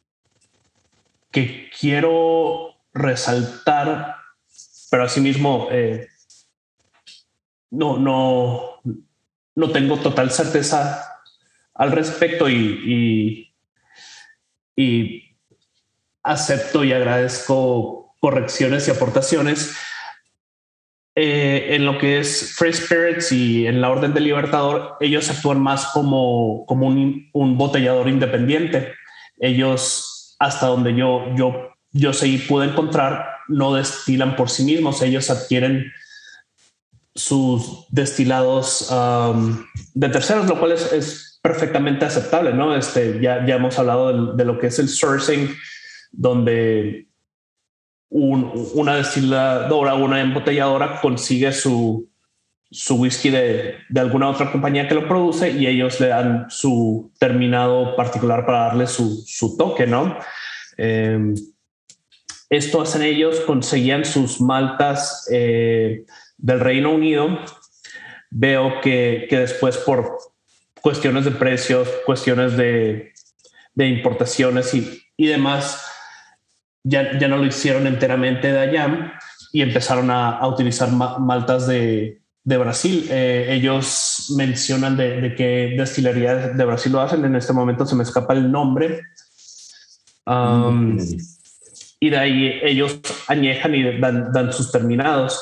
que quiero resaltar, pero asimismo eh, no, no, no tengo total certeza al respecto y, y, y acepto y agradezco correcciones y aportaciones. Eh, en lo que es Free Spirits y en la Orden del Libertador, ellos actúan más como, como un, un botellador independiente. Ellos, hasta donde yo, yo, yo sé y pude encontrar, no destilan por sí mismos. Ellos adquieren sus destilados um, de terceros, lo cual es, es perfectamente aceptable, ¿no? Este, ya, ya hemos hablado de, de lo que es el sourcing, donde un, una destiladora o una embotelladora consigue su, su whisky de, de alguna otra compañía que lo produce y ellos le dan su terminado particular para darle su, su toque, ¿no? Eh, esto hacen ellos, conseguían sus maltas eh, del Reino Unido. Veo que, que después por cuestiones de precios, cuestiones de, de importaciones y, y demás, Ya, ya no lo hicieron enteramente de allá y empezaron a, a utilizar ma, maltas de, de Brasil. Eh, ellos mencionan de, de qué destilería de Brasil lo hacen. En este momento se me escapa el nombre. Um, y de ahí ellos añejan y dan, dan sus terminados.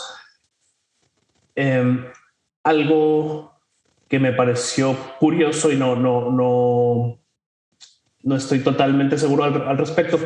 Eh, algo que me pareció curioso y no, no, no, no estoy totalmente seguro al, al respecto,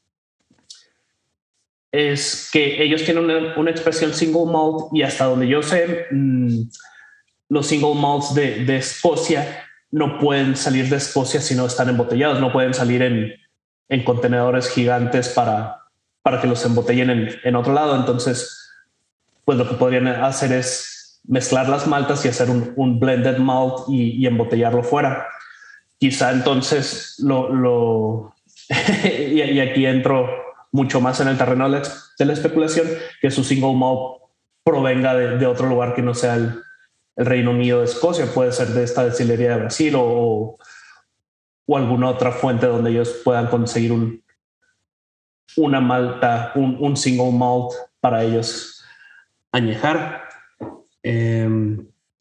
es que ellos tienen una, una expresión single malt y hasta donde yo sé, mmm, los single malts de, de Escocia no pueden salir de Escocia si no están embotellados, no pueden salir en, en contenedores gigantes para, para que los embotellen en, en otro lado. Entonces, pues lo que podrían hacer es mezclar las maltas y hacer un, un blended malt y, y embotellarlo fuera. Quizá entonces lo... lo y, y aquí entro mucho más en el terreno de la, de la especulación, que su single malt provenga de, de otro lugar que no sea el, el Reino Unido de Escocia. Puede ser de esta destilería de Brasil o, o alguna otra fuente donde ellos puedan conseguir un, una malta, un, un single malt para ellos añejar. Eh,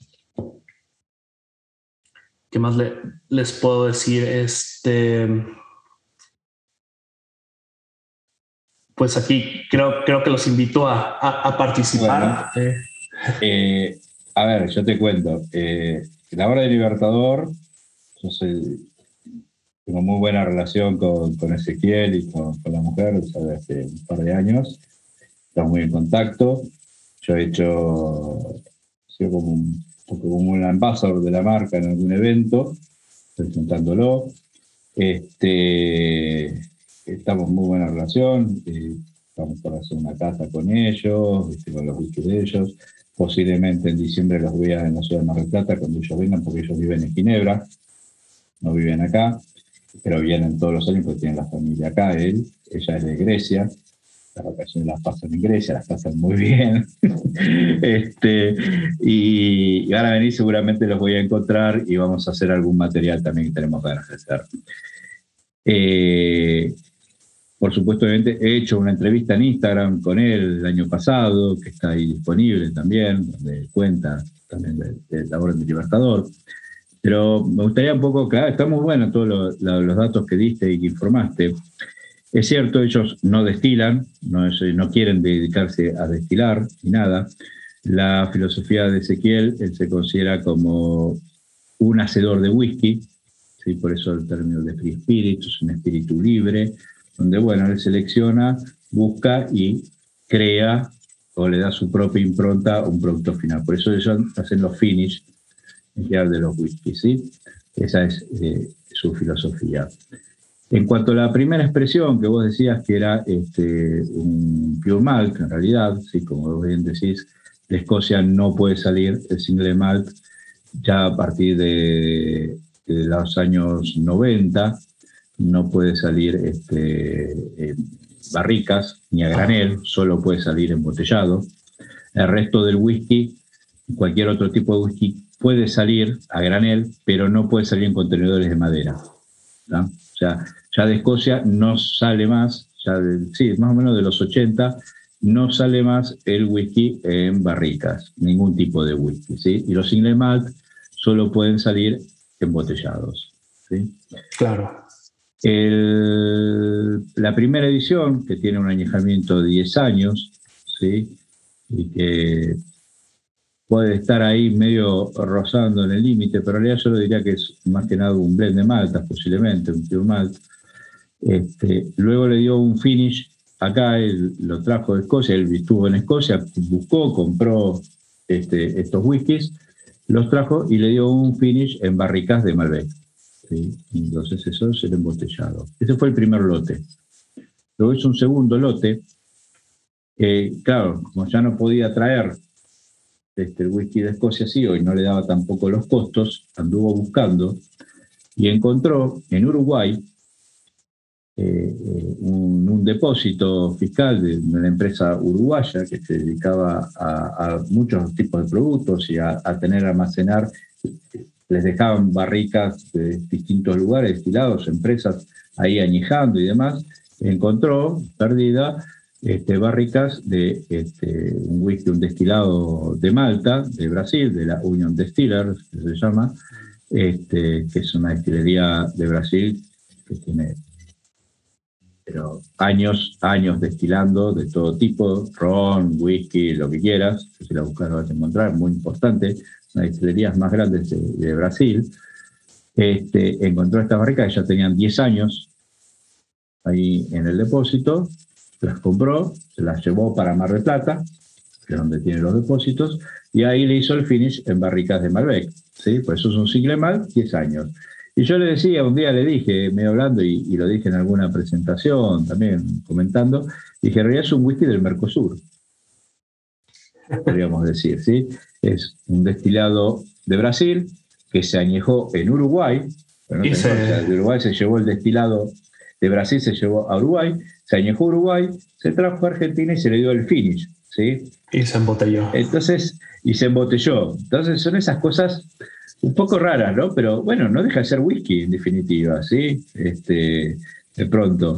¿Qué más le, les puedo decir? Este... Pues aquí creo, creo que los invito a, a, a participar. Bueno, eh. Eh, a ver, yo te cuento. Eh, la Orden del Libertador, yo soy, tengo muy buena relación con, con Ezequiel y con, con la mujer desde hace un par de años. Estamos muy en contacto. Yo he hecho, sido como un, como un embajador de la marca en algún evento, presentándolo. Este... Estamos en muy buena relación, eh, vamos a hacer una casa con ellos, ¿viste? Con los whisky de ellos. Posiblemente en diciembre los vea en la ciudad de Mar del Plata cuando ellos vengan, porque ellos viven en Ginebra, no viven acá, pero vienen todos los años porque tienen la familia acá. Él, ella es de Grecia, las vacaciones las pasan en Grecia, las pasan muy bien. este, y, y van a venir, seguramente los voy a encontrar y vamos a hacer algún material también que tenemos ganas de hacer. Eh, Por supuesto, obviamente, he hecho una entrevista en Instagram con él el año pasado, que está ahí disponible también, donde cuenta también de, de la Orden del Libertador. Pero me gustaría un poco, claro, está muy bueno todos lo, lo, los datos que diste y que informaste. Es cierto, ellos no destilan, no, no quieren dedicarse a destilar ni nada. La filosofía de Ezequiel, él se considera como un hacedor de whisky, ¿sí? Por eso el término de free spirit, es un espíritu libre, donde, bueno, él selecciona, busca y crea o le da su propia impronta a un producto final. Por eso ellos hacen los finish en general de los whiskies, ¿sí? Esa es eh, su filosofía. En cuanto a la primera expresión que vos decías que era este, un pure malt, en realidad, ¿sí? Como vos bien decís, de Escocia no puede salir el single malt ya a partir de, de los años noventa, no puede salir este, en barricas ni a granel, solo puede salir embotellado. El resto del whisky, cualquier otro tipo de whisky, puede salir a granel, pero no puede salir en contenedores de madera, ¿no? O sea, ya de Escocia no sale más, ya de, sí, más o menos de los ochenta, no sale más el whisky en barricas, ningún tipo de whisky, ¿sí? Y los single malt solo pueden salir embotellados, ¿sí? Claro. El, la primera edición, que tiene un añejamiento de diez años, ¿sí? Y que puede estar ahí medio rozando en el límite, pero en realidad yo lo diría que es más que nada un blend de maltas, posiblemente, un pure malt. Este, luego le dio un finish, acá él lo trajo de Escocia, él estuvo en Escocia, buscó, compró este, estos whiskies, los trajo y le dio un finish en barricas de Malbec, ¿sí? Entonces eso es el embotellado. Ese fue el primer lote. Luego hizo un segundo lote, que claro, como ya no podía traer este, el whisky de Escocia sí, y no le daba tampoco los costos, anduvo buscando y encontró en Uruguay eh, un, un depósito fiscal de una empresa uruguaya que se dedicaba a, a muchos tipos de productos y a, a tener, almacenar, les dejaban barricas de distintos lugares destilados, empresas ahí añejando y demás. Encontró perdida Este, barricas de este, un whisky, un destilado de Malta, de Brasil, de la Union Distillers, que se llama, este, que es una destilería de Brasil que tiene pero, años, años destilando de todo tipo, ron, whisky, lo que quieras, que si la buscas lo vas a encontrar, muy importante, una de las destilerías más grandes de, de Brasil. Este, encontró estas barricas que ya tenían diez años ahí en el depósito, las compró, se las llevó para Mar del Plata, que es donde tiene los depósitos, y ahí le hizo el finish en barricas de Malbec, ¿sí? Por eso es un single malt, diez años. Y yo le decía, un día le dije, medio hablando, y, y lo dije en alguna presentación, también comentando, dije, en realidad es un whisky del Mercosur, podríamos decir, ¿sí? Es un destilado de Brasil, que se añejó en Uruguay, pero no se... o sea, de Uruguay se llevó el destilado, de Brasil se llevó a Uruguay, se añejó a Uruguay, se trajo a Argentina y se le dio el finish, ¿sí? Y se embotelló. Entonces, y se embotelló. Entonces son esas cosas un poco raras, ¿no? Pero bueno, no deja de ser whisky, en definitiva, ¿sí? Este, de pronto.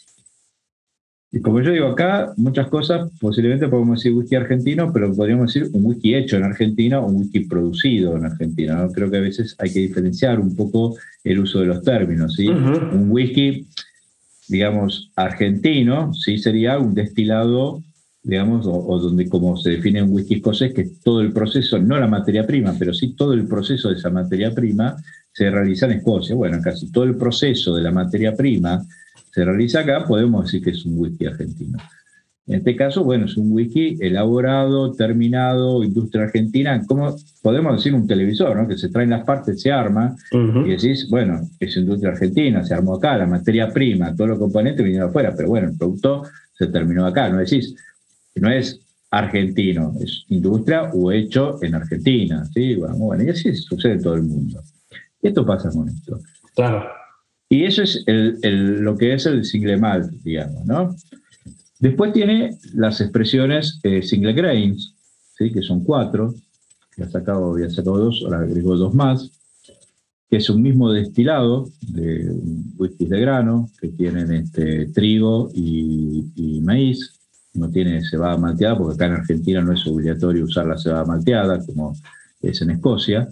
Y como yo digo acá, muchas cosas, posiblemente podemos decir whisky argentino, pero podríamos decir un whisky hecho en Argentina o un whisky producido en Argentina, ¿no? Creo que a veces hay que diferenciar un poco el uso de los términos, ¿sí? Uh-huh. Un whisky, digamos, argentino, sí sería un destilado, digamos, o, o donde como se define un whisky escocés, que todo el proceso, no la materia prima, pero sí todo el proceso de esa materia prima se realiza en Escocia. Bueno, casi todo el proceso de la materia prima se realiza acá, podemos decir que es un whisky argentino. En este caso, bueno, es un whisky elaborado, terminado, industria argentina, como podemos decir un televisor, ¿no? Que se traen las partes, se arma, uh-huh. Y decís, bueno, es industria argentina, se armó acá, la materia prima, todos los componentes vinieron afuera, pero bueno, el producto se terminó acá, no decís, no es argentino, es industria o hecho en Argentina, ¿sí? Bueno, bueno, y así sucede en todo el mundo. Esto pasa con esto. Claro. Y eso es el, el, lo que es el single malt, digamos, ¿no? Después tiene las expresiones eh, single grains, ¿sí? Que son cuatro, que ha sacado, había sacado dos, ahora agregó dos más, que es un mismo destilado de whisky de grano, que tienen este, trigo y, y maíz, no tiene cebada malteada, porque acá en Argentina no es obligatorio usar la cebada malteada, como es en Escocia,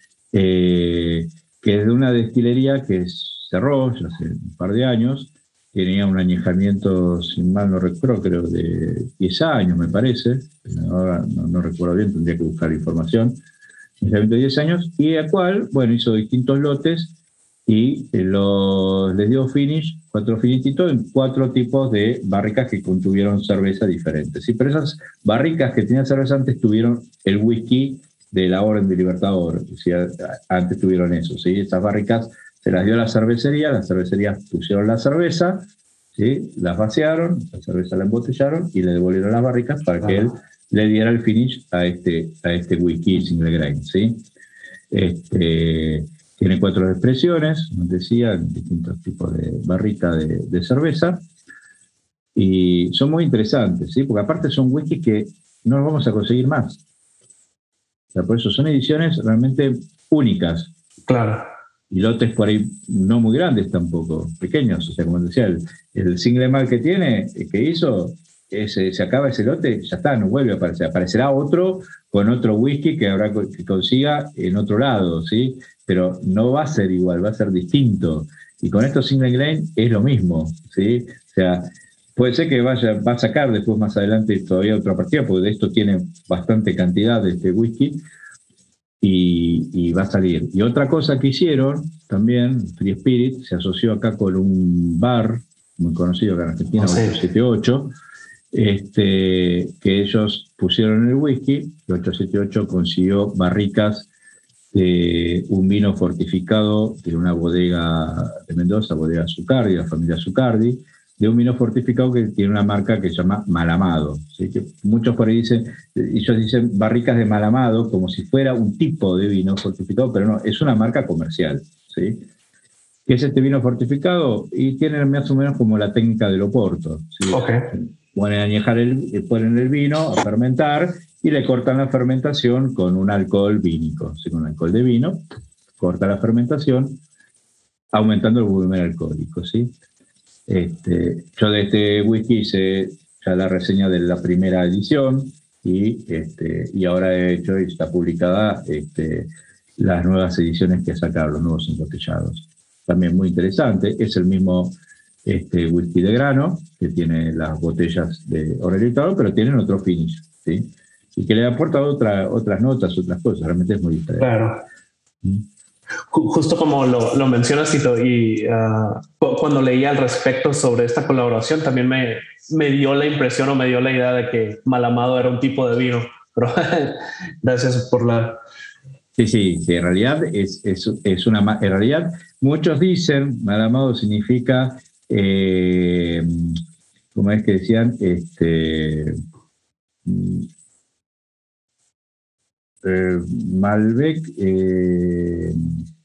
eh, que es de una destilería que cerró ya hace un par de años, tenía un añejamiento, si mal no recuerdo, creo de diez años, me parece, ahora no, no recuerdo bien, tendría que buscar información, añejamiento de diez años, y el cual, bueno, hizo distintos lotes y los, les dio finish, cuatro finishitos en cuatro tipos de barricas que contuvieron cerveza diferentes. ¿Sí? Pero esas barricas que tenían cerveza antes tuvieron el whisky de la Orden de Libertador, ¿sí? Antes tuvieron eso, ¿sí? Esas barricas se las dio a la cervecería, las cervecerías pusieron la cerveza, ¿sí? Las vaciaron, la cerveza la embotellaron y le devolvieron las barricas para que él le diera el finish a este, a este whisky single grain, ¿sí? Este, Tiene cuatro expresiones, como decía, distintos tipos de barrica de, de cerveza. Y son muy interesantes, ¿sí? Porque aparte son whiskies que no los vamos a conseguir más. O sea, por eso son ediciones realmente únicas. Claro. Y lotes por ahí no muy grandes tampoco, pequeños. O sea, como decía, el, el single malt que tiene, que hizo, ese, se acaba ese lote, ya está, no vuelve a aparecer. Aparecerá otro con otro whisky que habrá que consiga en otro lado, ¿sí? Pero no va a ser igual, va a ser distinto. Y con estos single grain es lo mismo, ¿sí? O sea, puede ser que vaya, va a sacar después más adelante todavía otra partida, porque de esto tiene bastante cantidad de este whisky. Y, y va a salir. Y otra cosa que hicieron también, Free Spirit se asoció acá con un bar muy conocido acá en Argentina, sí. ocho siete ocho, este, que ellos pusieron el whisky, y ocho siete ocho consiguió barricas de un vino fortificado de una bodega de Mendoza, bodega Zucardi, la familia Zucardi, de un vino fortificado que tiene una marca que se llama Malamado. ¿Sí? Que muchos por ahí dicen, ellos dicen barricas de Malamado como si fuera un tipo de vino fortificado, pero no, es una marca comercial. ¿Sí? ¿Qué es este vino fortificado? Y tiene más o menos como la técnica del Oporto. ¿Sí? Okay. Ponen a añejar el, ponen el vino a fermentar y le cortan la fermentación con un alcohol vínico. ¿Sí? Con un alcohol de vino, corta la fermentación, aumentando el volumen alcohólico. ¿Sí? Este, yo de este whisky hice ya la reseña de la primera edición y, este, y ahora he hecho y está publicada este, las nuevas ediciones que sacaron, los nuevos embotellados. También muy interesante, es el mismo este, whisky de grano que tiene las botellas de orelitado, pero tienen otro finish, ¿sí? Y que le aporta otra, otras notas, otras cosas, realmente es muy diferente. Claro. ¿Mm? Justo como lo, lo mencionas, Tito, y uh, cuando leí al respecto sobre esta colaboración, también me, me dio la impresión o me dio la idea de que Malamado era un tipo de vino. Pero gracias por la... Sí, sí, sí, en realidad es, es, es una... En realidad, muchos dicen, Malamado significa, eh, ¿cómo es que decían? Este... Eh, Malbec, eh,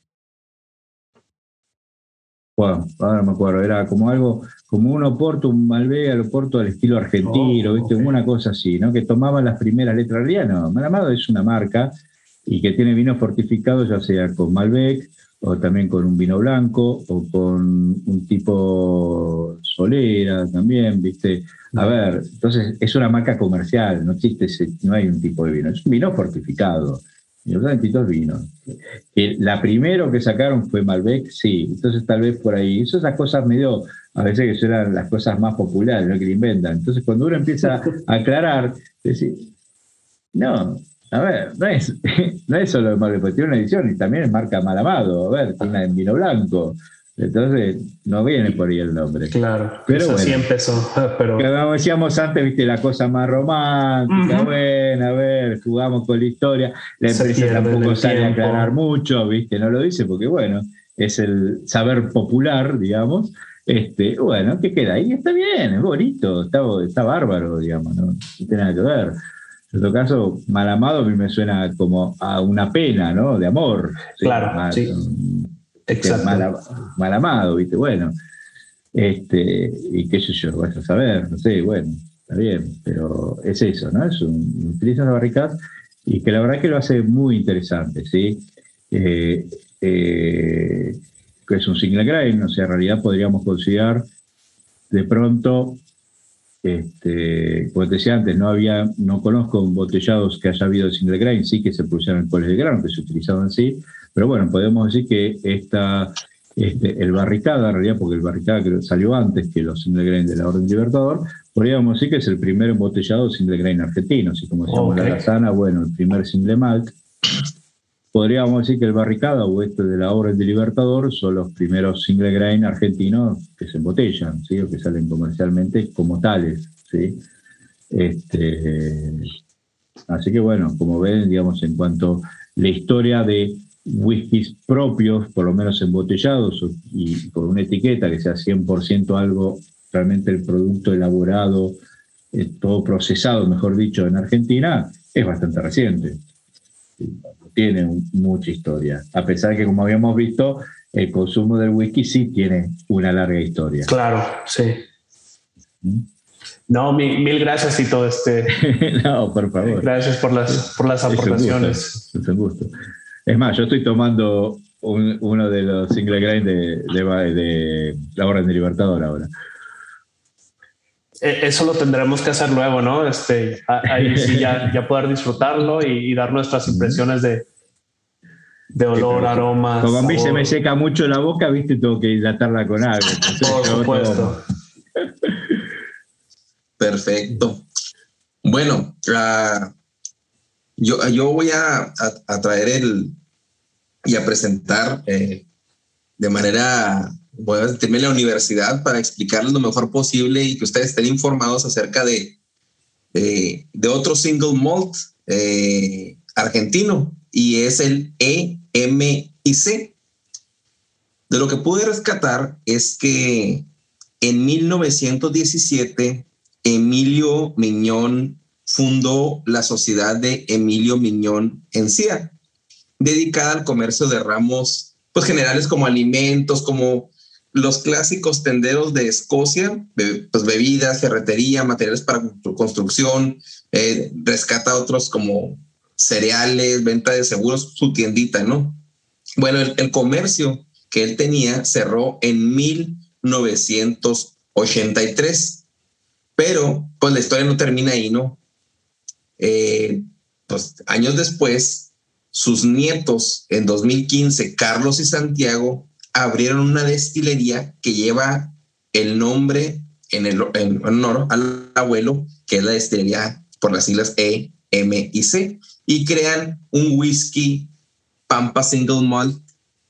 bueno, ahora me acuerdo, era como algo, como un Oporto, un Malbec al Oporto al estilo argentino, oh, ¿viste? Okay. Una cosa así, ¿no? Que tomaban las primeras letras. En realidad no, Malamado es una marca y que tiene vinos fortificados, ya sea con Malbec o también con un vino blanco o con un tipo Solera también, ¿viste? A ver, entonces es una marca comercial, no existe ese, no hay un tipo de vino, es un vino fortificado. Y los distintos vinos. Que la primero que sacaron fue Malbec, sí, entonces tal vez por ahí, eso esas cosas medio, a veces que eran las cosas más populares, ¿no? Que le inventan. Entonces cuando uno empieza a aclarar, decir, no, a ver, no es, no es solo Malbec, porque tiene una edición y también es marca Malamado, a ver, tiene una en vino blanco. Entonces, no viene por ahí el nombre. Claro, pero eso bueno, sí empezó. Pero... Como decíamos antes, viste, la cosa más romántica, uh-huh. Bueno, a ver, jugamos con la historia. La Se empresa tampoco sale a aclarar tiempo. mucho, viste, no lo dice porque, bueno, es el saber popular, digamos. Este, bueno, ¿qué queda ahí? Está bien, es bonito, está, está bárbaro, digamos, no, no tiene nada que ver. En todo caso, Malamado a mí me suena como a una pena, ¿no? De amor. ¿Sí? Claro, mal, sí. Exacto. Mal, mal amado, ¿viste? Bueno, este, y qué sé yo, vas a saber, no sé, bueno, está bien, pero es eso, ¿no? Es un, utiliza las barricas y que la verdad que lo hace muy interesante, ¿sí? Eh, eh, que es un single grain, o sea, en realidad podríamos considerar de pronto, este, como te decía antes, no había, no conozco embotellados que haya habido single grain, sí que se pusieron alcoholes de grano, que se utilizaban así. Pero bueno, podemos decir que esta, este, el barricada, en realidad, porque el barricada que salió antes que los single grain de la Orden Libertador, podríamos decir que es el primer embotellado single grain argentino. Así como decíamos okay. La Lazana, bueno, el primer single malt. Podríamos decir que el barricada o este de la Orden de Libertador son los primeros single grain argentinos que se embotellan, ¿sí? O que salen comercialmente como tales, ¿sí? Este, así que bueno, como ven, digamos, en cuanto a la historia de whiskies propios, por lo menos embotellados y con una etiqueta que sea cien por ciento algo, realmente el producto elaborado, eh, todo procesado, mejor dicho, en Argentina, es bastante reciente. tiene mucha historia. A pesar de que, como habíamos visto, el consumo del whisky sí tiene una larga historia. Claro, sí. ¿Mm? No, mil, mil gracias y todo este. No, por favor. Gracias por las, por las aportaciones. Es un gusto. Es un gusto. Es más, yo estoy tomando un, uno de los single grain de, de, de la Orden de Libertador ahora. Eso lo tendremos que hacer luego, ¿no? Este, ahí sí ya, ya poder disfrutarlo y, y dar nuestras impresiones de, de olor, sí, aromas. Como a mí sabor. Se me seca mucho la boca, viste, tengo que hidratarla con algo. Entonces, por supuesto. Perfecto. Bueno, uh, yo, yo voy a, a, a traer el y a presentar eh, de manera, voy a meterme en la universidad para explicarles lo mejor posible y que ustedes estén informados acerca de, de, de otro single malt eh, argentino, y es el E M I C. De lo que pude rescatar es que en mil novecientos diecisiete Emilio Miñón fundó la Sociedad de Emilio Miñón Encía, dedicada al comercio de ramos pues, generales como alimentos, como los clásicos tenderos de Escocia, pues, bebidas, ferretería, materiales para construcción, eh, rescata otros como cereales, venta de seguros, su tiendita, ¿no? Bueno, el, el comercio que él tenía cerró en mil novecientos ochenta y tres, pero pues la historia no termina ahí, ¿no? Eh, pues años después, sus nietos, en dos mil quince, Carlos y Santiago, abrieron una destilería que lleva el nombre en, el, en honor al abuelo, que es la destilería por las siglas E M I C, y crean un whisky Pampa Single Malt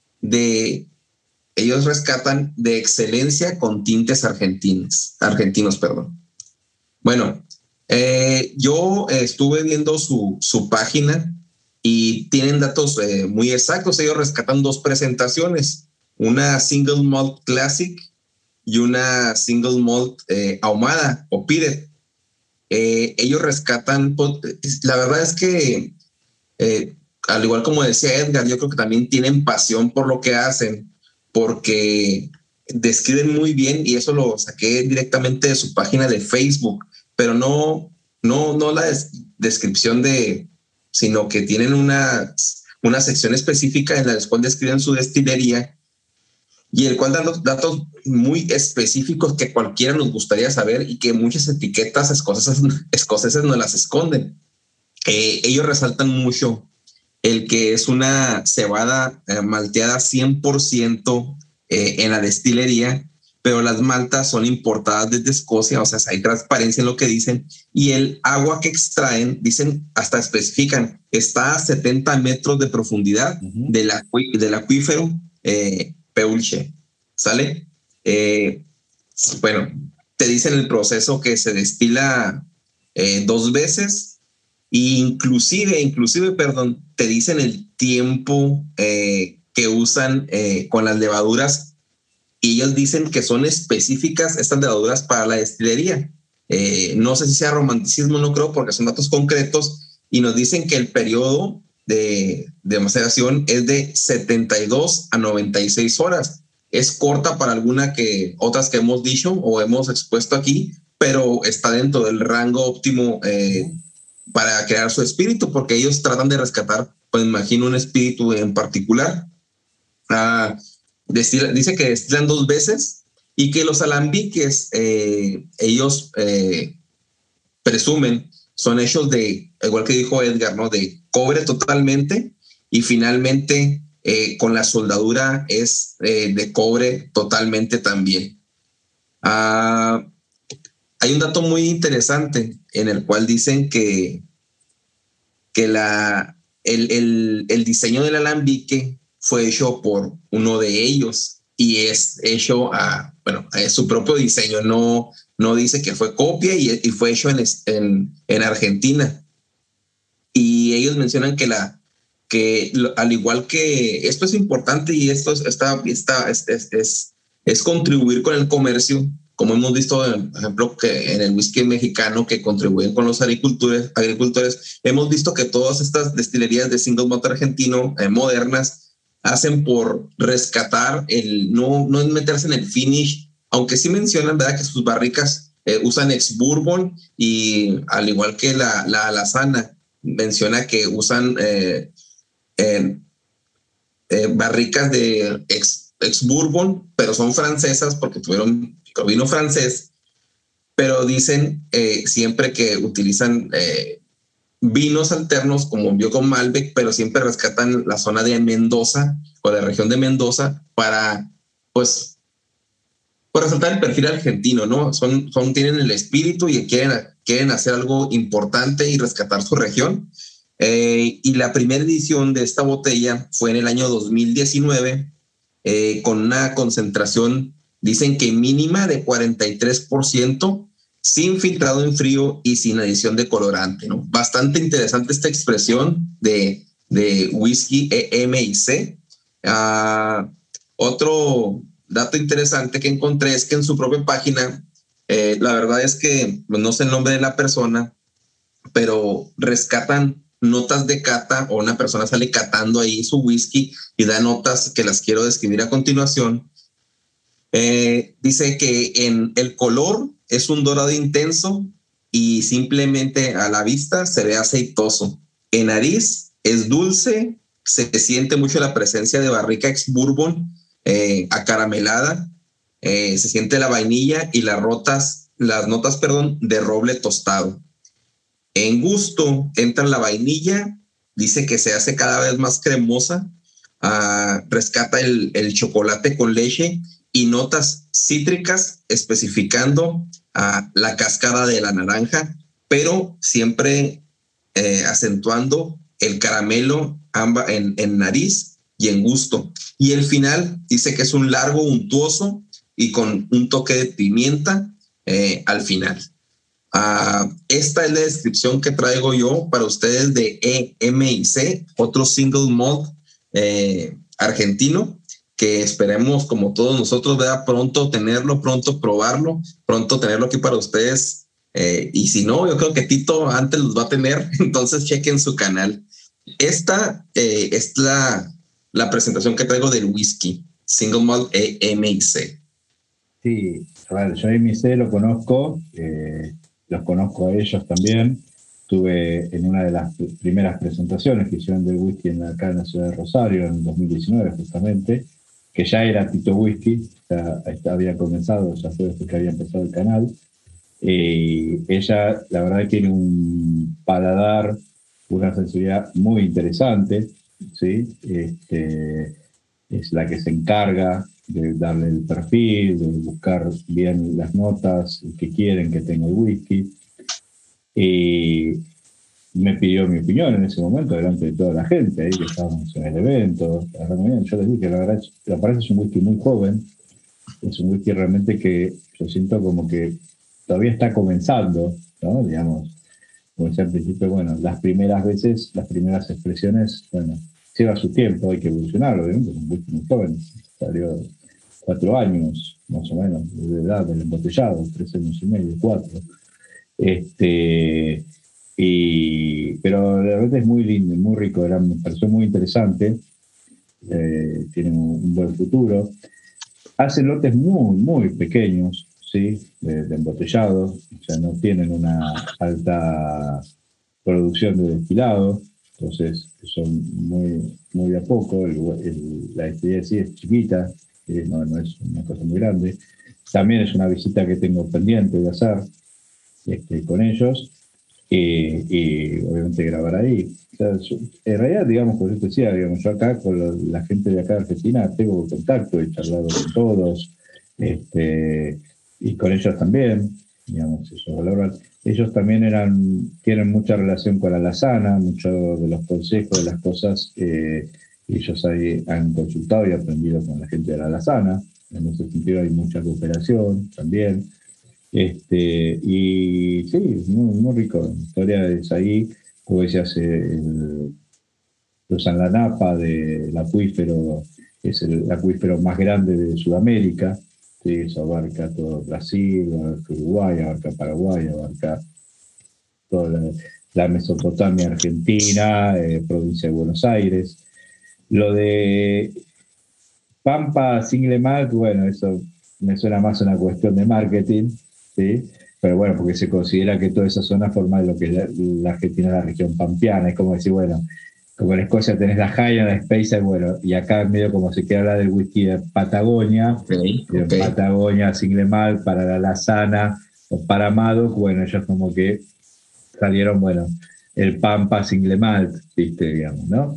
de, ellos rescatan de excelencia con tintes argentinos, argentinos, perdón. Bueno, eh, yo estuve viendo su, su página y tienen datos eh, muy exactos. Ellos rescatan dos presentaciones, una Single Malt Classic y una Single Malt eh, ahumada o Peated. Eh, ellos rescatan, la verdad es que, eh, al igual como decía Edgar, yo creo que también tienen pasión por lo que hacen, porque describen muy bien, y eso lo saqué directamente de su página de Facebook, pero no, no, no la des- descripción de, sino que tienen una, una sección específica en la cual describen su destilería, y el cual dan los datos muy específicos que cualquiera nos gustaría saber y que muchas etiquetas escocesas, escocesas no las esconden. Eh, ellos resaltan mucho el que es una cebada eh, malteada cien por ciento eh, en la destilería, pero las maltas son importadas desde Escocia, o sea, hay transparencia en lo que dicen, y el agua que extraen, dicen, hasta especifican, está a setenta metros de profundidad uh-huh. del, acu- del acuífero eh, Peulche, ¿sale? Eh, bueno, te dicen el proceso que se destila eh, dos veces, e inclusive, inclusive, perdón, te dicen el tiempo eh, que usan eh, con las levaduras, y ellos dicen que son específicas estas levaduras para la destilería. Eh, no sé si sea romanticismo, no creo, porque son datos concretos, y nos dicen que el periodo de, de maceración es de setenta y dos a noventa y seis horas. Es corta para alguna que otras que hemos dicho o hemos expuesto aquí, pero está dentro del rango óptimo eh, para crear su espíritu, porque ellos tratan de rescatar, pues imagino, un espíritu en particular. Ah, Destila, dice que destilan dos veces y que los alambiques eh, ellos eh, presumen son hechos de, igual que dijo Edgar, ¿no? De cobre totalmente, y finalmente eh, con la soldadura es eh, de cobre totalmente también. Ah, hay un dato muy interesante en el cual dicen que, que la, el, el, el diseño del alambique fue hecho por uno de ellos y es hecho a, bueno, a su propio diseño, no, no dice que fue copia, y, y fue hecho en, en, en Argentina. Y ellos mencionan que la, que al igual que esto es importante, y esto está, está, es, es, es, es contribuir con el comercio, como hemos visto, por ejemplo, que en el whisky mexicano que contribuyen con los agricultores, agricultores hemos visto que todas estas destilerías de single malt argentino eh, modernas hacen por rescatar el, no, no es meterse en el finish, aunque sí mencionan, ¿verdad?, que sus barricas eh, usan ex-bourbon y al igual que la, la alazana, menciona que usan eh, eh, eh, barricas de ex, ex-bourbon, pero son francesas porque tuvieron vino francés, pero dicen eh, siempre que utilizan eh, vinos alternos como vio con Malbec, pero siempre rescatan la zona de Mendoza o la región de Mendoza para, pues, por resaltar el perfil argentino, ¿no? Son, son, tienen el espíritu y quieren, quieren hacer algo importante y rescatar su región. Eh, y la primera edición de esta botella fue en el año dos mil diecinueve, eh, con una concentración, dicen que mínima de cuarenta y tres por ciento, sin filtrado en frío y sin adición de colorante, ¿no? Bastante interesante esta expresión de, de whisky E M I C. Uh, otro dato interesante que encontré es que en su propia página, eh, la verdad es que no sé el nombre de la persona, pero rescatan notas de cata, o una persona sale catando ahí su whisky y da notas que las quiero describir a continuación. Eh, dice que en el color es un dorado intenso y simplemente a la vista se ve aceitoso. En nariz es dulce, se siente mucho la presencia de barrica ex-bourbon eh, acaramelada, eh, se siente la vainilla y las, rotas, las notas perdón, de roble tostado. En gusto entra la vainilla, dice que se hace cada vez más cremosa, uh, rescata el, el chocolate con leche y notas cítricas, especificando uh, la cáscara de la naranja, pero siempre eh, acentuando el caramelo en, en nariz y en gusto. Y el final dice que es un largo untuoso y con un toque de pimienta eh, al final. Uh, esta es la descripción que traigo yo para ustedes de E M I C, otro single malt eh, argentino, que esperemos, como todos nosotros, ¿verdad?, pronto tenerlo, pronto probarlo, pronto tenerlo aquí para ustedes. Eh, y si no, yo creo que Tito antes los va a tener, entonces chequen su canal. Esta eh, es la, la presentación que traigo del whisky, single malt E M I C. Sí, a ver, yo E M I C lo conozco, eh, los conozco a ellos también. Estuve en una de las primeras presentaciones que hicieron del whisky en la, acá en la ciudad de Rosario en dos mil diecinueve justamente, que ya era Tito Whisky, ya, ya había comenzado, ya fue desde que había empezado el canal. Eh, ella, la verdad, tiene un paladar, una sensibilidad muy interesante, ¿sí? Este, es la que se encarga de darle el perfil, de buscar bien las notas que quieren que tenga el whisky. Y me pidió mi opinión en ese momento delante de toda la gente ahí que estábamos en el evento. Yo les dije que la verdad, me parece es un whisky muy joven, es un whisky realmente que yo siento como que todavía está comenzando, ¿no? Digamos, como decía al principio, bueno, las primeras veces, las primeras expresiones, bueno, lleva su tiempo, hay que evolucionarlo, obviamente, es un whisky muy joven, salió cuatro años, más o menos, de edad del embotellado, tres años y medio, cuatro. Este, y, pero la verdad es muy lindo, muy rico, era, me pareció muy interesante, eh, tiene un, un buen futuro. Hacen lotes muy, muy pequeños, ¿sí? De, de embotellado, o sea, no tienen una alta producción de destilado, entonces son muy, muy de a poco, el, el, la destilería sí es chiquita, eh, no, no es una cosa muy grande. También es una visita que tengo pendiente de hacer este, con ellos, eh, y obviamente grabar ahí. O sea, en realidad, digamos, como yo te decía, digamos, yo acá con la, la gente de acá de Argentina tengo contacto, he charlado con todos, este, y con ellos también, digamos, ellos valoran. Ellos también eran, tienen mucha relación con la alazana, muchos de los consejos, de las cosas, eh, ellos ahí han consultado y aprendido con la gente de la alazana. En ese sentido hay mucha cooperación también. Este, y sí, muy, muy rico. La historia es ahí, como decías, el, usan la napa del acuífero, es el acuífero más grande de Sudamérica, ¿sí? Eso abarca todo Brasil, abarca Uruguay, abarca Paraguay, abarca toda la, la Mesopotamia argentina, eh, provincia de Buenos Aires. Lo de Pampa Single Malt, bueno, eso me suena más a una cuestión de marketing, ¿sí? Pero bueno, porque se considera que toda esa zona forma lo que es la, la Argentina, la región pampeana. Es como decir, bueno, como en Escocia tenés la Highland, la Speyside, bueno, y acá en medio como se quiere hablar del whisky de Patagonia, okay, okay. Patagonia Single Malt para la Lasana o para Madoc, bueno, ellos como que salieron, bueno, el Pampa Single Malt, viste, digamos, ¿no?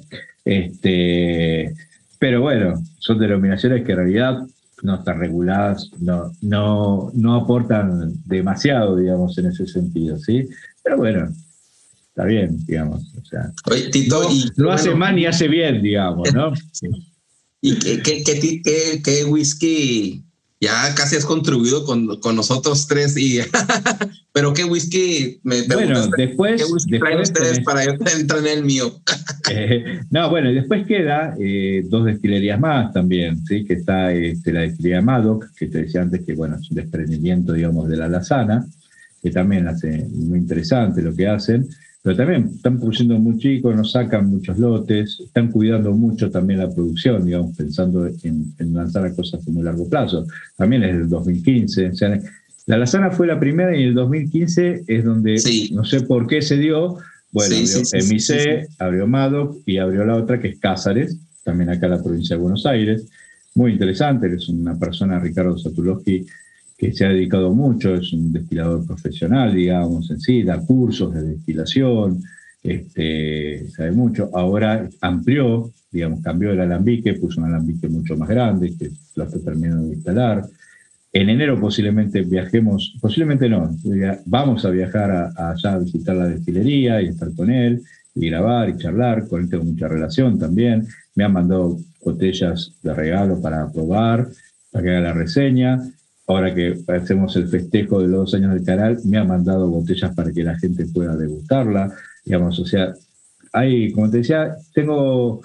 Este, pero bueno, son denominaciones que en realidad no están reguladas, no, no, no aportan demasiado, digamos, en ese sentido, ¿sí? Pero bueno, está bien, digamos, o sea, Oye, Tito, no, y, no bueno, hace mal ni hace bien, digamos, ¿no? Sí. ¿Y qué, qué, qué, qué, qué whisky ya casi has contribuido con, con nosotros tres? Y pero qué whisky me Bueno, después, ¿qué whisky después traen ustedes tenés, para yo entrar en el mío? eh, no, bueno, y después queda eh, dos destilerías más también, ¿sí? Que está este, la destilería Madoc, que te decía antes que, bueno, es un desprendimiento, digamos, de la Lasana, que también hace muy interesante lo que hacen, pero también están produciendo muy chicos, nos sacan muchos lotes, están cuidando mucho también la producción, digamos, pensando en, en lanzar a cosas a muy largo plazo. También es del dos mil quince, o sea, la Lasana fue la primera y en el dos mil quince es donde, sí. no sé por qué se dio, bueno, sí, abrió sí, sí, M I C, sí, sí. abrió Madoc y abrió la otra que es Cázares, también acá en la provincia de Buenos Aires. Muy interesante, es una persona, Ricardo Satulowski, que se ha dedicado mucho, es un destilador profesional, digamos, en sí, da cursos de destilación, este, sabe mucho. Ahora amplió, digamos, cambió el alambique, puso un alambique mucho más grande, que lo está terminando de instalar. En enero posiblemente viajemos, posiblemente no, vamos a viajar a, a allá a visitar la destilería y estar con él, y grabar y charlar, con él tengo mucha relación también. Me han mandado botellas de regalo para probar, para que haga la reseña. Ahora que hacemos el festejo de los dos años del canal, me ha mandado botellas para que la gente pueda degustarla. Digamos, o sea, hay, como te decía, tengo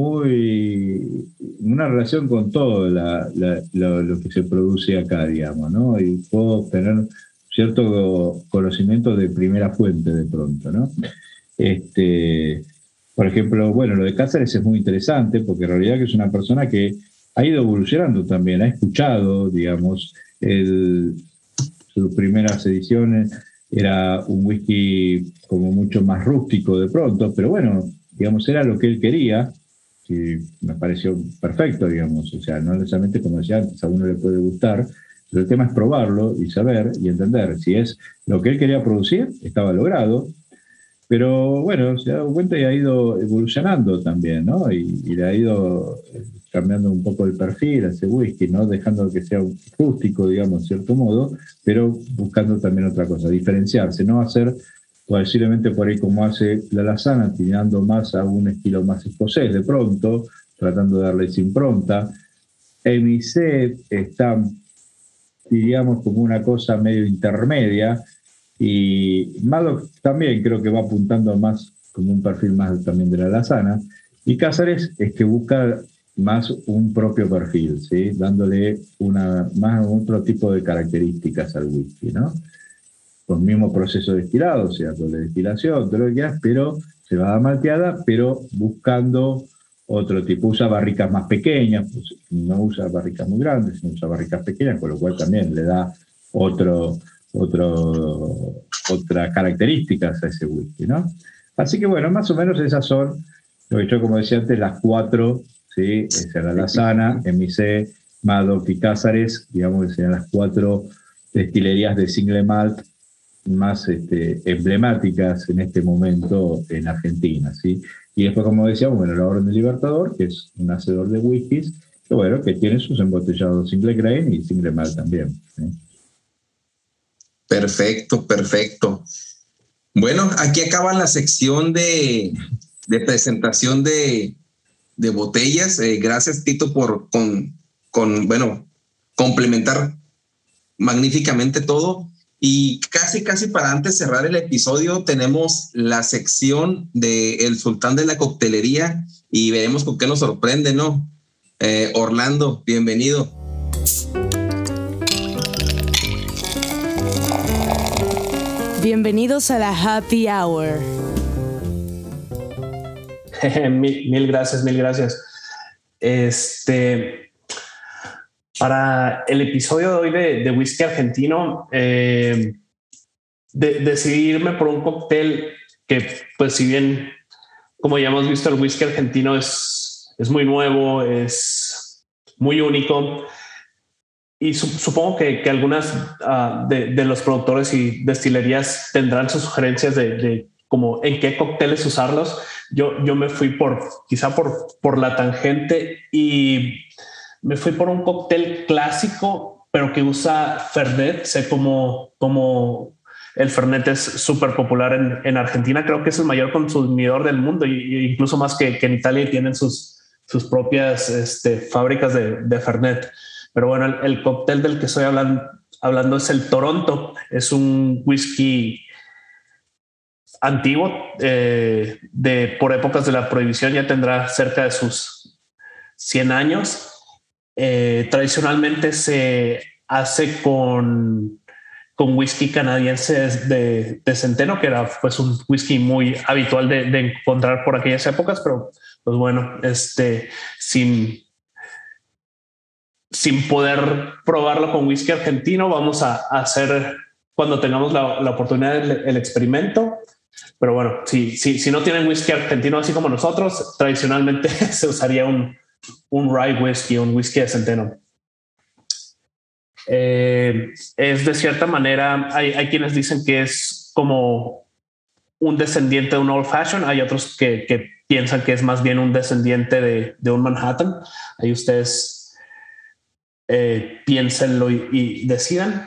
muy una relación con todo la, la, lo, lo que se produce acá, digamos, ¿no? Y puedo tener cierto conocimiento de primera fuente de pronto, ¿no? Este, por ejemplo, bueno, lo de Cáceres es muy interesante porque en realidad que es una persona que ha ido evolucionando también, ha escuchado, digamos, el, sus primeras ediciones era un whisky como mucho más rústico de pronto, pero bueno, digamos, era lo que él quería, y me pareció perfecto, digamos, o sea, no necesariamente, como decía antes, a uno le puede gustar, pero el tema es probarlo y saber y entender si es lo que él quería producir, estaba logrado, pero bueno, se ha dado cuenta y ha ido evolucionando también, ¿no? Y, y le ha ido cambiando un poco el perfil a ese whisky, ¿no? Dejando que sea rústico, digamos, en cierto modo, pero buscando también otra cosa, diferenciarse, no hacer posiblemente por ahí como hace la Lasana, tirando más a un estilo más escocés de pronto, tratando de darle esa impronta. M I C está, diríamos, como una cosa medio intermedia, y Madoc también creo que va apuntando más como un perfil más también de la Lasana, y Cáceres es que busca más un propio perfil, ¿sí? Dándole una, más otro tipo de características al whisky, ¿no? Con el mismo proceso de destilado, o sea, con la destilación, todo lo que quieras, pero se va a dar malteada, pero buscando otro tipo. Usa barricas más pequeñas, pues no usa barricas muy grandes, sino usa barricas pequeñas, con lo cual también le da otro, otro, otras características a ese whisky, ¿no? Así que bueno, más o menos esas son, lo que yo como decía antes, las cuatro, ¿sí? Es la Lasana, M I C, Madoc y Cáceres, digamos que serían las cuatro destilerías de single malt más este, emblemáticas en este momento en Argentina, ¿sí? Y después, como decíamos, bueno, la Orden del Libertador, que es un hacedor de whiskies, que bueno, que tiene sus embotellados single grain y single malt también, ¿sí? Perfecto, perfecto. Bueno, aquí acaba la sección de, de presentación de, de botellas. Eh, gracias, Tito, por con, con, bueno, complementar magníficamente todo. Y casi, casi para antes de cerrar el episodio, tenemos la sección de El Sultán de la Coctelería y veremos con qué nos sorprende, ¿no? Eh, Orlando, bienvenido. Bienvenidos a la Happy Hour. mil, mil gracias, mil gracias. Este, para el episodio de hoy de, de whisky argentino, eh, de, decidí irme por un cóctel que, pues, si bien, como ya hemos visto, el whisky argentino es, es muy nuevo, es muy único. Y su, supongo que, que algunas uh, de, de los productores y destilerías tendrán sus sugerencias de, de como en qué cócteles usarlos. Yo, yo me fui por quizá por, por la tangente y me fui por un cóctel clásico, pero que usa Fernet. Sé como, como el Fernet es súper popular en, en Argentina. Creo que es el mayor consumidor del mundo, y, y incluso más que, que en Italia, y tienen sus, sus propias este, fábricas de, de Fernet. Pero bueno, el, el cóctel del que estoy hablando, hablando es el Toronto. Es un whisky antiguo, eh, de, por épocas de la prohibición, ya tendrá cerca de sus cien años. Eh, tradicionalmente se hace con, con whisky canadiense de, de centeno, que era pues un whisky muy habitual de, de encontrar por aquellas épocas, pero pues bueno, este, sin... sin poder probarlo con whisky argentino, vamos a, a hacer, cuando tengamos la, la oportunidad, el, el experimento. Pero bueno, si, si, si no tienen whisky argentino así como nosotros, tradicionalmente se usaría un, un rye whisky, un whisky de centeno. Eh, es de cierta manera, hay, hay quienes dicen que es como un descendiente de un old fashion, hay otros que, que piensan que es más bien un descendiente de, de un Manhattan. Ahí ustedes Eh, piénsenlo y, y decidan.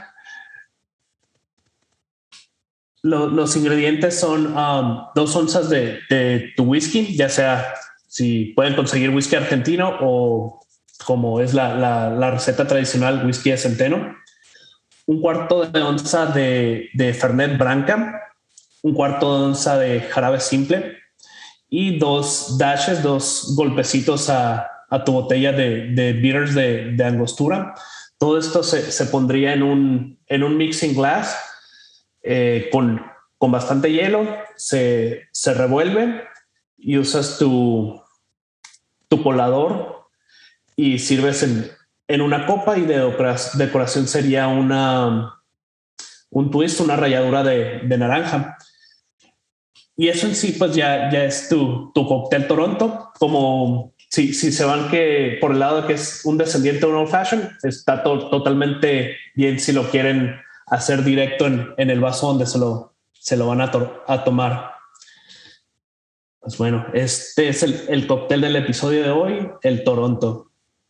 Lo, los ingredientes son um, dos onzas de, de tu whisky, ya sea si pueden conseguir whisky argentino o, como es la, la, la receta tradicional, whisky de centeno, un cuarto de onza de, de Fernet Branca, un cuarto de onza de jarabe simple y dos dashes, dos golpecitos a a tu botella de, de bitters de, de angostura. Todo esto se, se pondría en un, en un mixing glass eh, con, con bastante hielo, se, se revuelve y usas tu, tu colador y sirves en, en una copa, y de decoración sería una, un twist, una ralladura de, de naranja. Y eso en sí pues ya, ya es tu, tu cóctel Toronto. Como Si, si se van que por el lado de que es un descendiente de un old fashion, está to, totalmente bien si lo quieren hacer directo en, en el vaso donde se lo, se lo van a, to, a tomar. Pues bueno, este es el, el cóctel del episodio de hoy, el Toronto.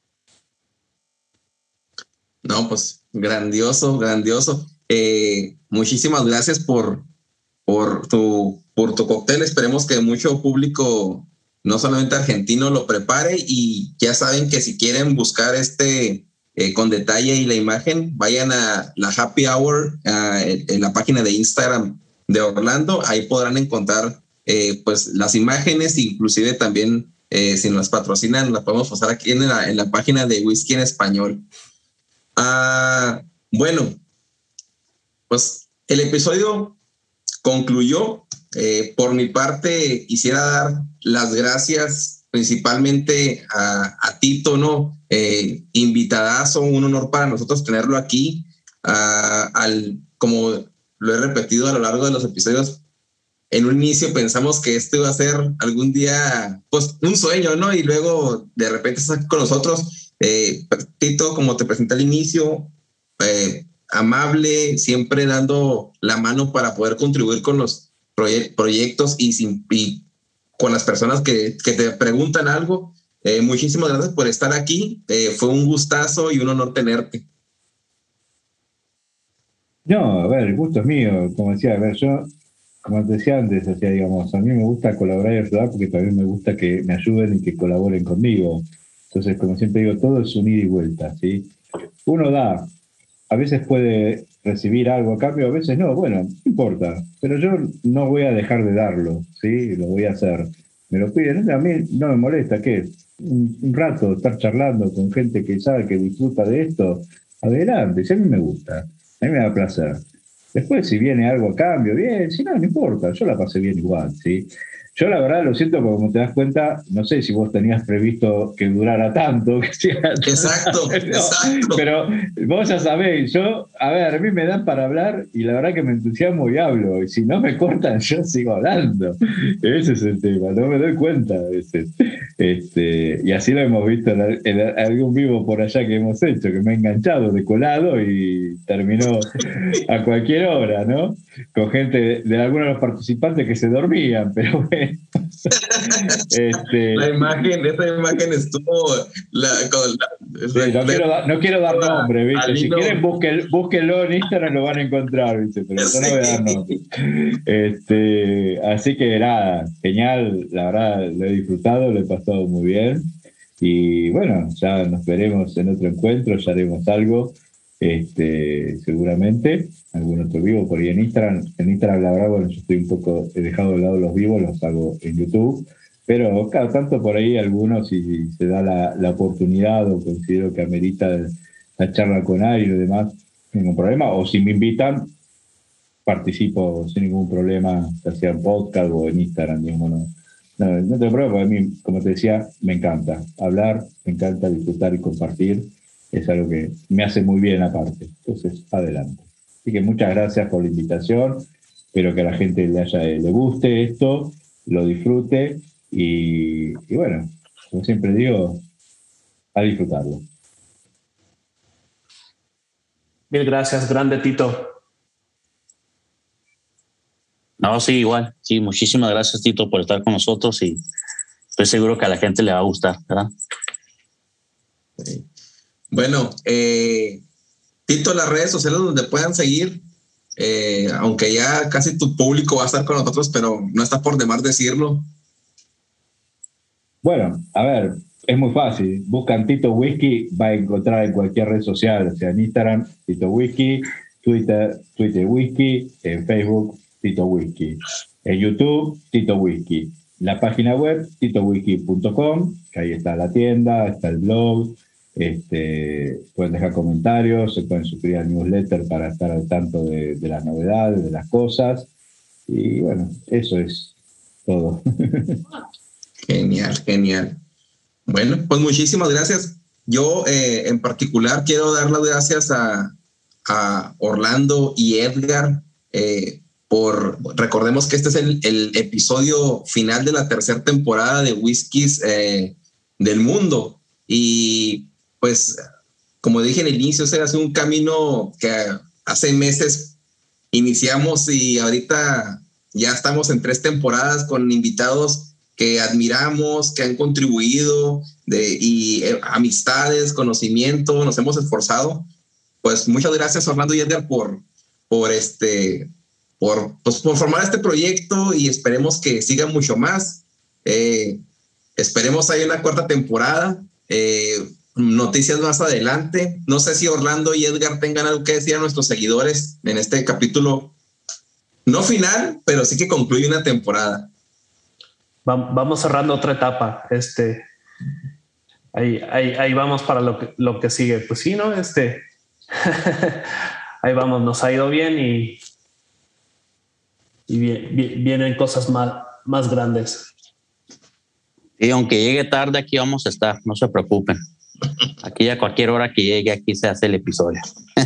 No, pues grandioso, grandioso. Eh, muchísimas gracias por, por, tu, por tu cóctel. Esperemos que mucho público, no solamente argentino, lo prepare, y ya saben que si quieren buscar este eh, con detalle y la imagen, vayan a la Happy Hour uh, en la página de Instagram de Orlando. Ahí podrán encontrar eh, pues las imágenes, inclusive también eh, si nos patrocinan, las podemos pasar aquí en la, en la página de Whisky en Español. Uh, bueno, pues el episodio concluyó. Eh, por mi parte, quisiera dar las gracias principalmente a, a Tito, ¿no? Eh, invitadazo, un honor para nosotros tenerlo aquí. Uh, al, como lo he repetido a lo largo de los episodios, en un inicio pensamos que esto iba a ser algún día, pues, un sueño, ¿no? Y luego de repente estás aquí con nosotros. Eh, Tito, como te presenté al inicio, eh, amable, siempre dando la mano para poder contribuir con los proyectos y, sin, y con las personas que, que te preguntan algo. Eh, muchísimas gracias por estar aquí. Eh, fue un gustazo y un honor tenerte. No, a ver, el gusto es mío. Como decía, a ver, yo, como te decía antes, o sea, digamos, a mí me gusta colaborar y ayudar porque también me gusta que me ayuden y que colaboren conmigo. Entonces, como siempre digo, todo es un ida y vuelta, ¿sí? Uno da, a veces puede recibir algo a cambio, a veces no, bueno, no importa, pero yo no voy a dejar de darlo, ¿sí? Lo voy a hacer. Me lo piden, a mí no me molesta, ¿qué? Un, un rato estar charlando con gente que sabe que disfruta de esto, adelante, si a mí me gusta, a mí me da placer. Después, si viene algo a cambio, bien, si no, no importa, yo la pasé bien igual, ¿sí? Yo la verdad lo siento, porque como te das cuenta, no sé si vos tenías previsto que durara tanto. Que sea exacto, no, exacto. Pero vos ya sabéis, yo, a ver, a mí me dan para hablar y la verdad que me entusiasmo y hablo. Y si no me cortan, yo sigo hablando. Ese es el tema, no me doy cuenta a veces. Este, y así lo hemos visto en, en algún vivo por allá que hemos hecho, que me he enganchado de colado y terminó a cualquier hora, ¿no? Con gente de, de algunos de los participantes que se dormían, pero bueno. este, la imagen, esa imagen estuvo la, con la, sí, no, quiero da, no quiero dar nombre, ¿viste? Si quieren busquen, búsquenlo en Instagram, lo van a encontrar, ¿viste? Pero sí. Yo no voy a dar nombre. Este, así que nada, genial, la verdad lo he disfrutado, lo he pasado muy bien y bueno, ya nos veremos en otro encuentro, ya haremos algo. Este, seguramente algún otro vivo por ahí en Instagram. En Instagram, la verdad, bueno, yo estoy un poco, he dejado de lado los vivos, los hago en YouTube, pero cada tanto por ahí algunos, si se da la, la oportunidad o considero que amerita la charla con alguien y demás, ningún problema, o si me invitan, participo sin ningún problema, ya sea en podcast o en Instagram, digamos, no, no, no tengo problema, porque a mí, como te decía, me encanta hablar, me encanta disfrutar y compartir. Es algo que me hace muy bien aparte. Entonces, adelante. Así que muchas gracias por la invitación. Espero que a la gente le, haya, le guste esto, lo disfrute y, y bueno, como siempre digo, a disfrutarlo. Mil gracias, grande Tito. No, sí, igual. Sí, muchísimas gracias, Tito, por estar con nosotros y estoy seguro que a la gente le va a gustar, ¿verdad? Sí. Bueno, eh, Tito, las redes sociales donde puedan seguir, eh, aunque ya casi tu público va a estar con nosotros, pero no está por demás decirlo. Bueno, a ver, es muy fácil. Buscan Tito Whisky, va a encontrar en cualquier red social, o sea, en Instagram, Tito Whisky, Twitter, Twitter Whisky, en Facebook, Tito Whisky, en YouTube, Tito Whisky. La página web, tito whisky punto com, que ahí está la tienda, está el blog. Este, pueden dejar comentarios, se pueden suscribir al newsletter para estar al tanto de, de las novedades, de las cosas. Y bueno, eso es todo. Genial, genial. Bueno, pues muchísimas gracias. Yo eh, en particular quiero dar las gracias a, a Orlando y Edgar eh, por, recordemos que este es el, el episodio final de la tercera temporada de Whiskies eh, del Mundo. Y pues, como dije en el inicio, se hace un camino que hace meses iniciamos y ahorita ya estamos en tres temporadas con invitados que admiramos, que han contribuido de, y eh, amistades, conocimiento, nos hemos esforzado. Pues muchas gracias, Orlando y Edgar, por, por, este, por, pues, por formar este proyecto y esperemos que siga mucho más. Eh, esperemos haya una cuarta temporada. Eh, noticias más adelante. No sé si Orlando y Edgar tengan algo que decir a nuestros seguidores en este capítulo, no final, pero sí que concluye una temporada. Vamos cerrando otra etapa. Este, ahí, ahí, ahí vamos para lo que, lo que sigue. Pues sí, ¿no? Este, ahí vamos, nos ha ido bien y, y bien, bien, vienen cosas más, más grandes. Y aunque llegue tarde, aquí vamos a estar, no se preocupen. Aquí a cualquier hora que llegue, aquí se hace el episodio.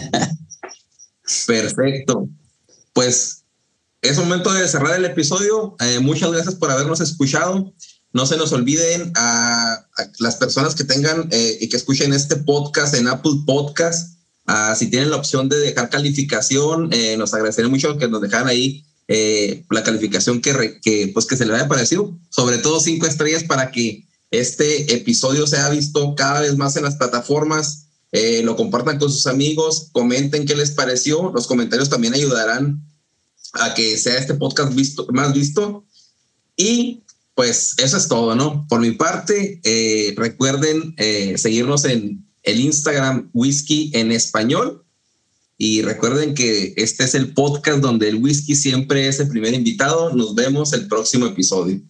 Perfecto. Pues es momento de cerrar el episodio. Eh, muchas gracias por habernos escuchado. No se nos olviden a, a las personas que tengan eh, y que escuchen este podcast en Apple Podcast. Uh, si tienen la opción de dejar calificación, eh, nos agradecería mucho que nos dejaran ahí eh, la calificación que, re, que, pues que se les haya parecido. Sobre todo cinco estrellas para que este episodio sea visto cada vez más en las plataformas. Eh, lo compartan con sus amigos, comenten qué les pareció. Los comentarios también ayudarán a que sea este podcast visto, más visto. Y pues eso es todo, ¿no? Por mi parte, eh, recuerden eh, seguirnos en el Instagram Whisky en Español. Y recuerden que este es el podcast donde el whisky siempre es el primer invitado. Nos vemos el próximo episodio.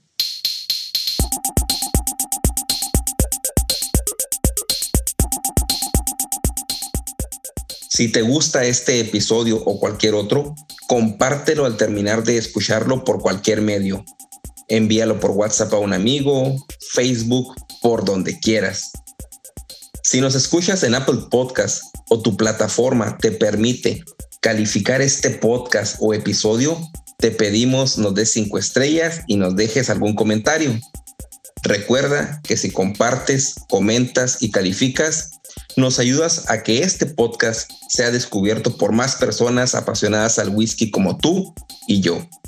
Si te gusta este episodio o cualquier otro, compártelo al terminar de escucharlo por cualquier medio. Envíalo por WhatsApp a un amigo, Facebook, por donde quieras. Si nos escuchas en Apple Podcast o tu plataforma te permite calificar este podcast o episodio, te pedimos nos des cinco estrellas y nos dejes algún comentario. Recuerda que si compartes, comentas y calificas, nos ayudas a que este podcast sea descubierto por más personas apasionadas al whisky como tú y yo.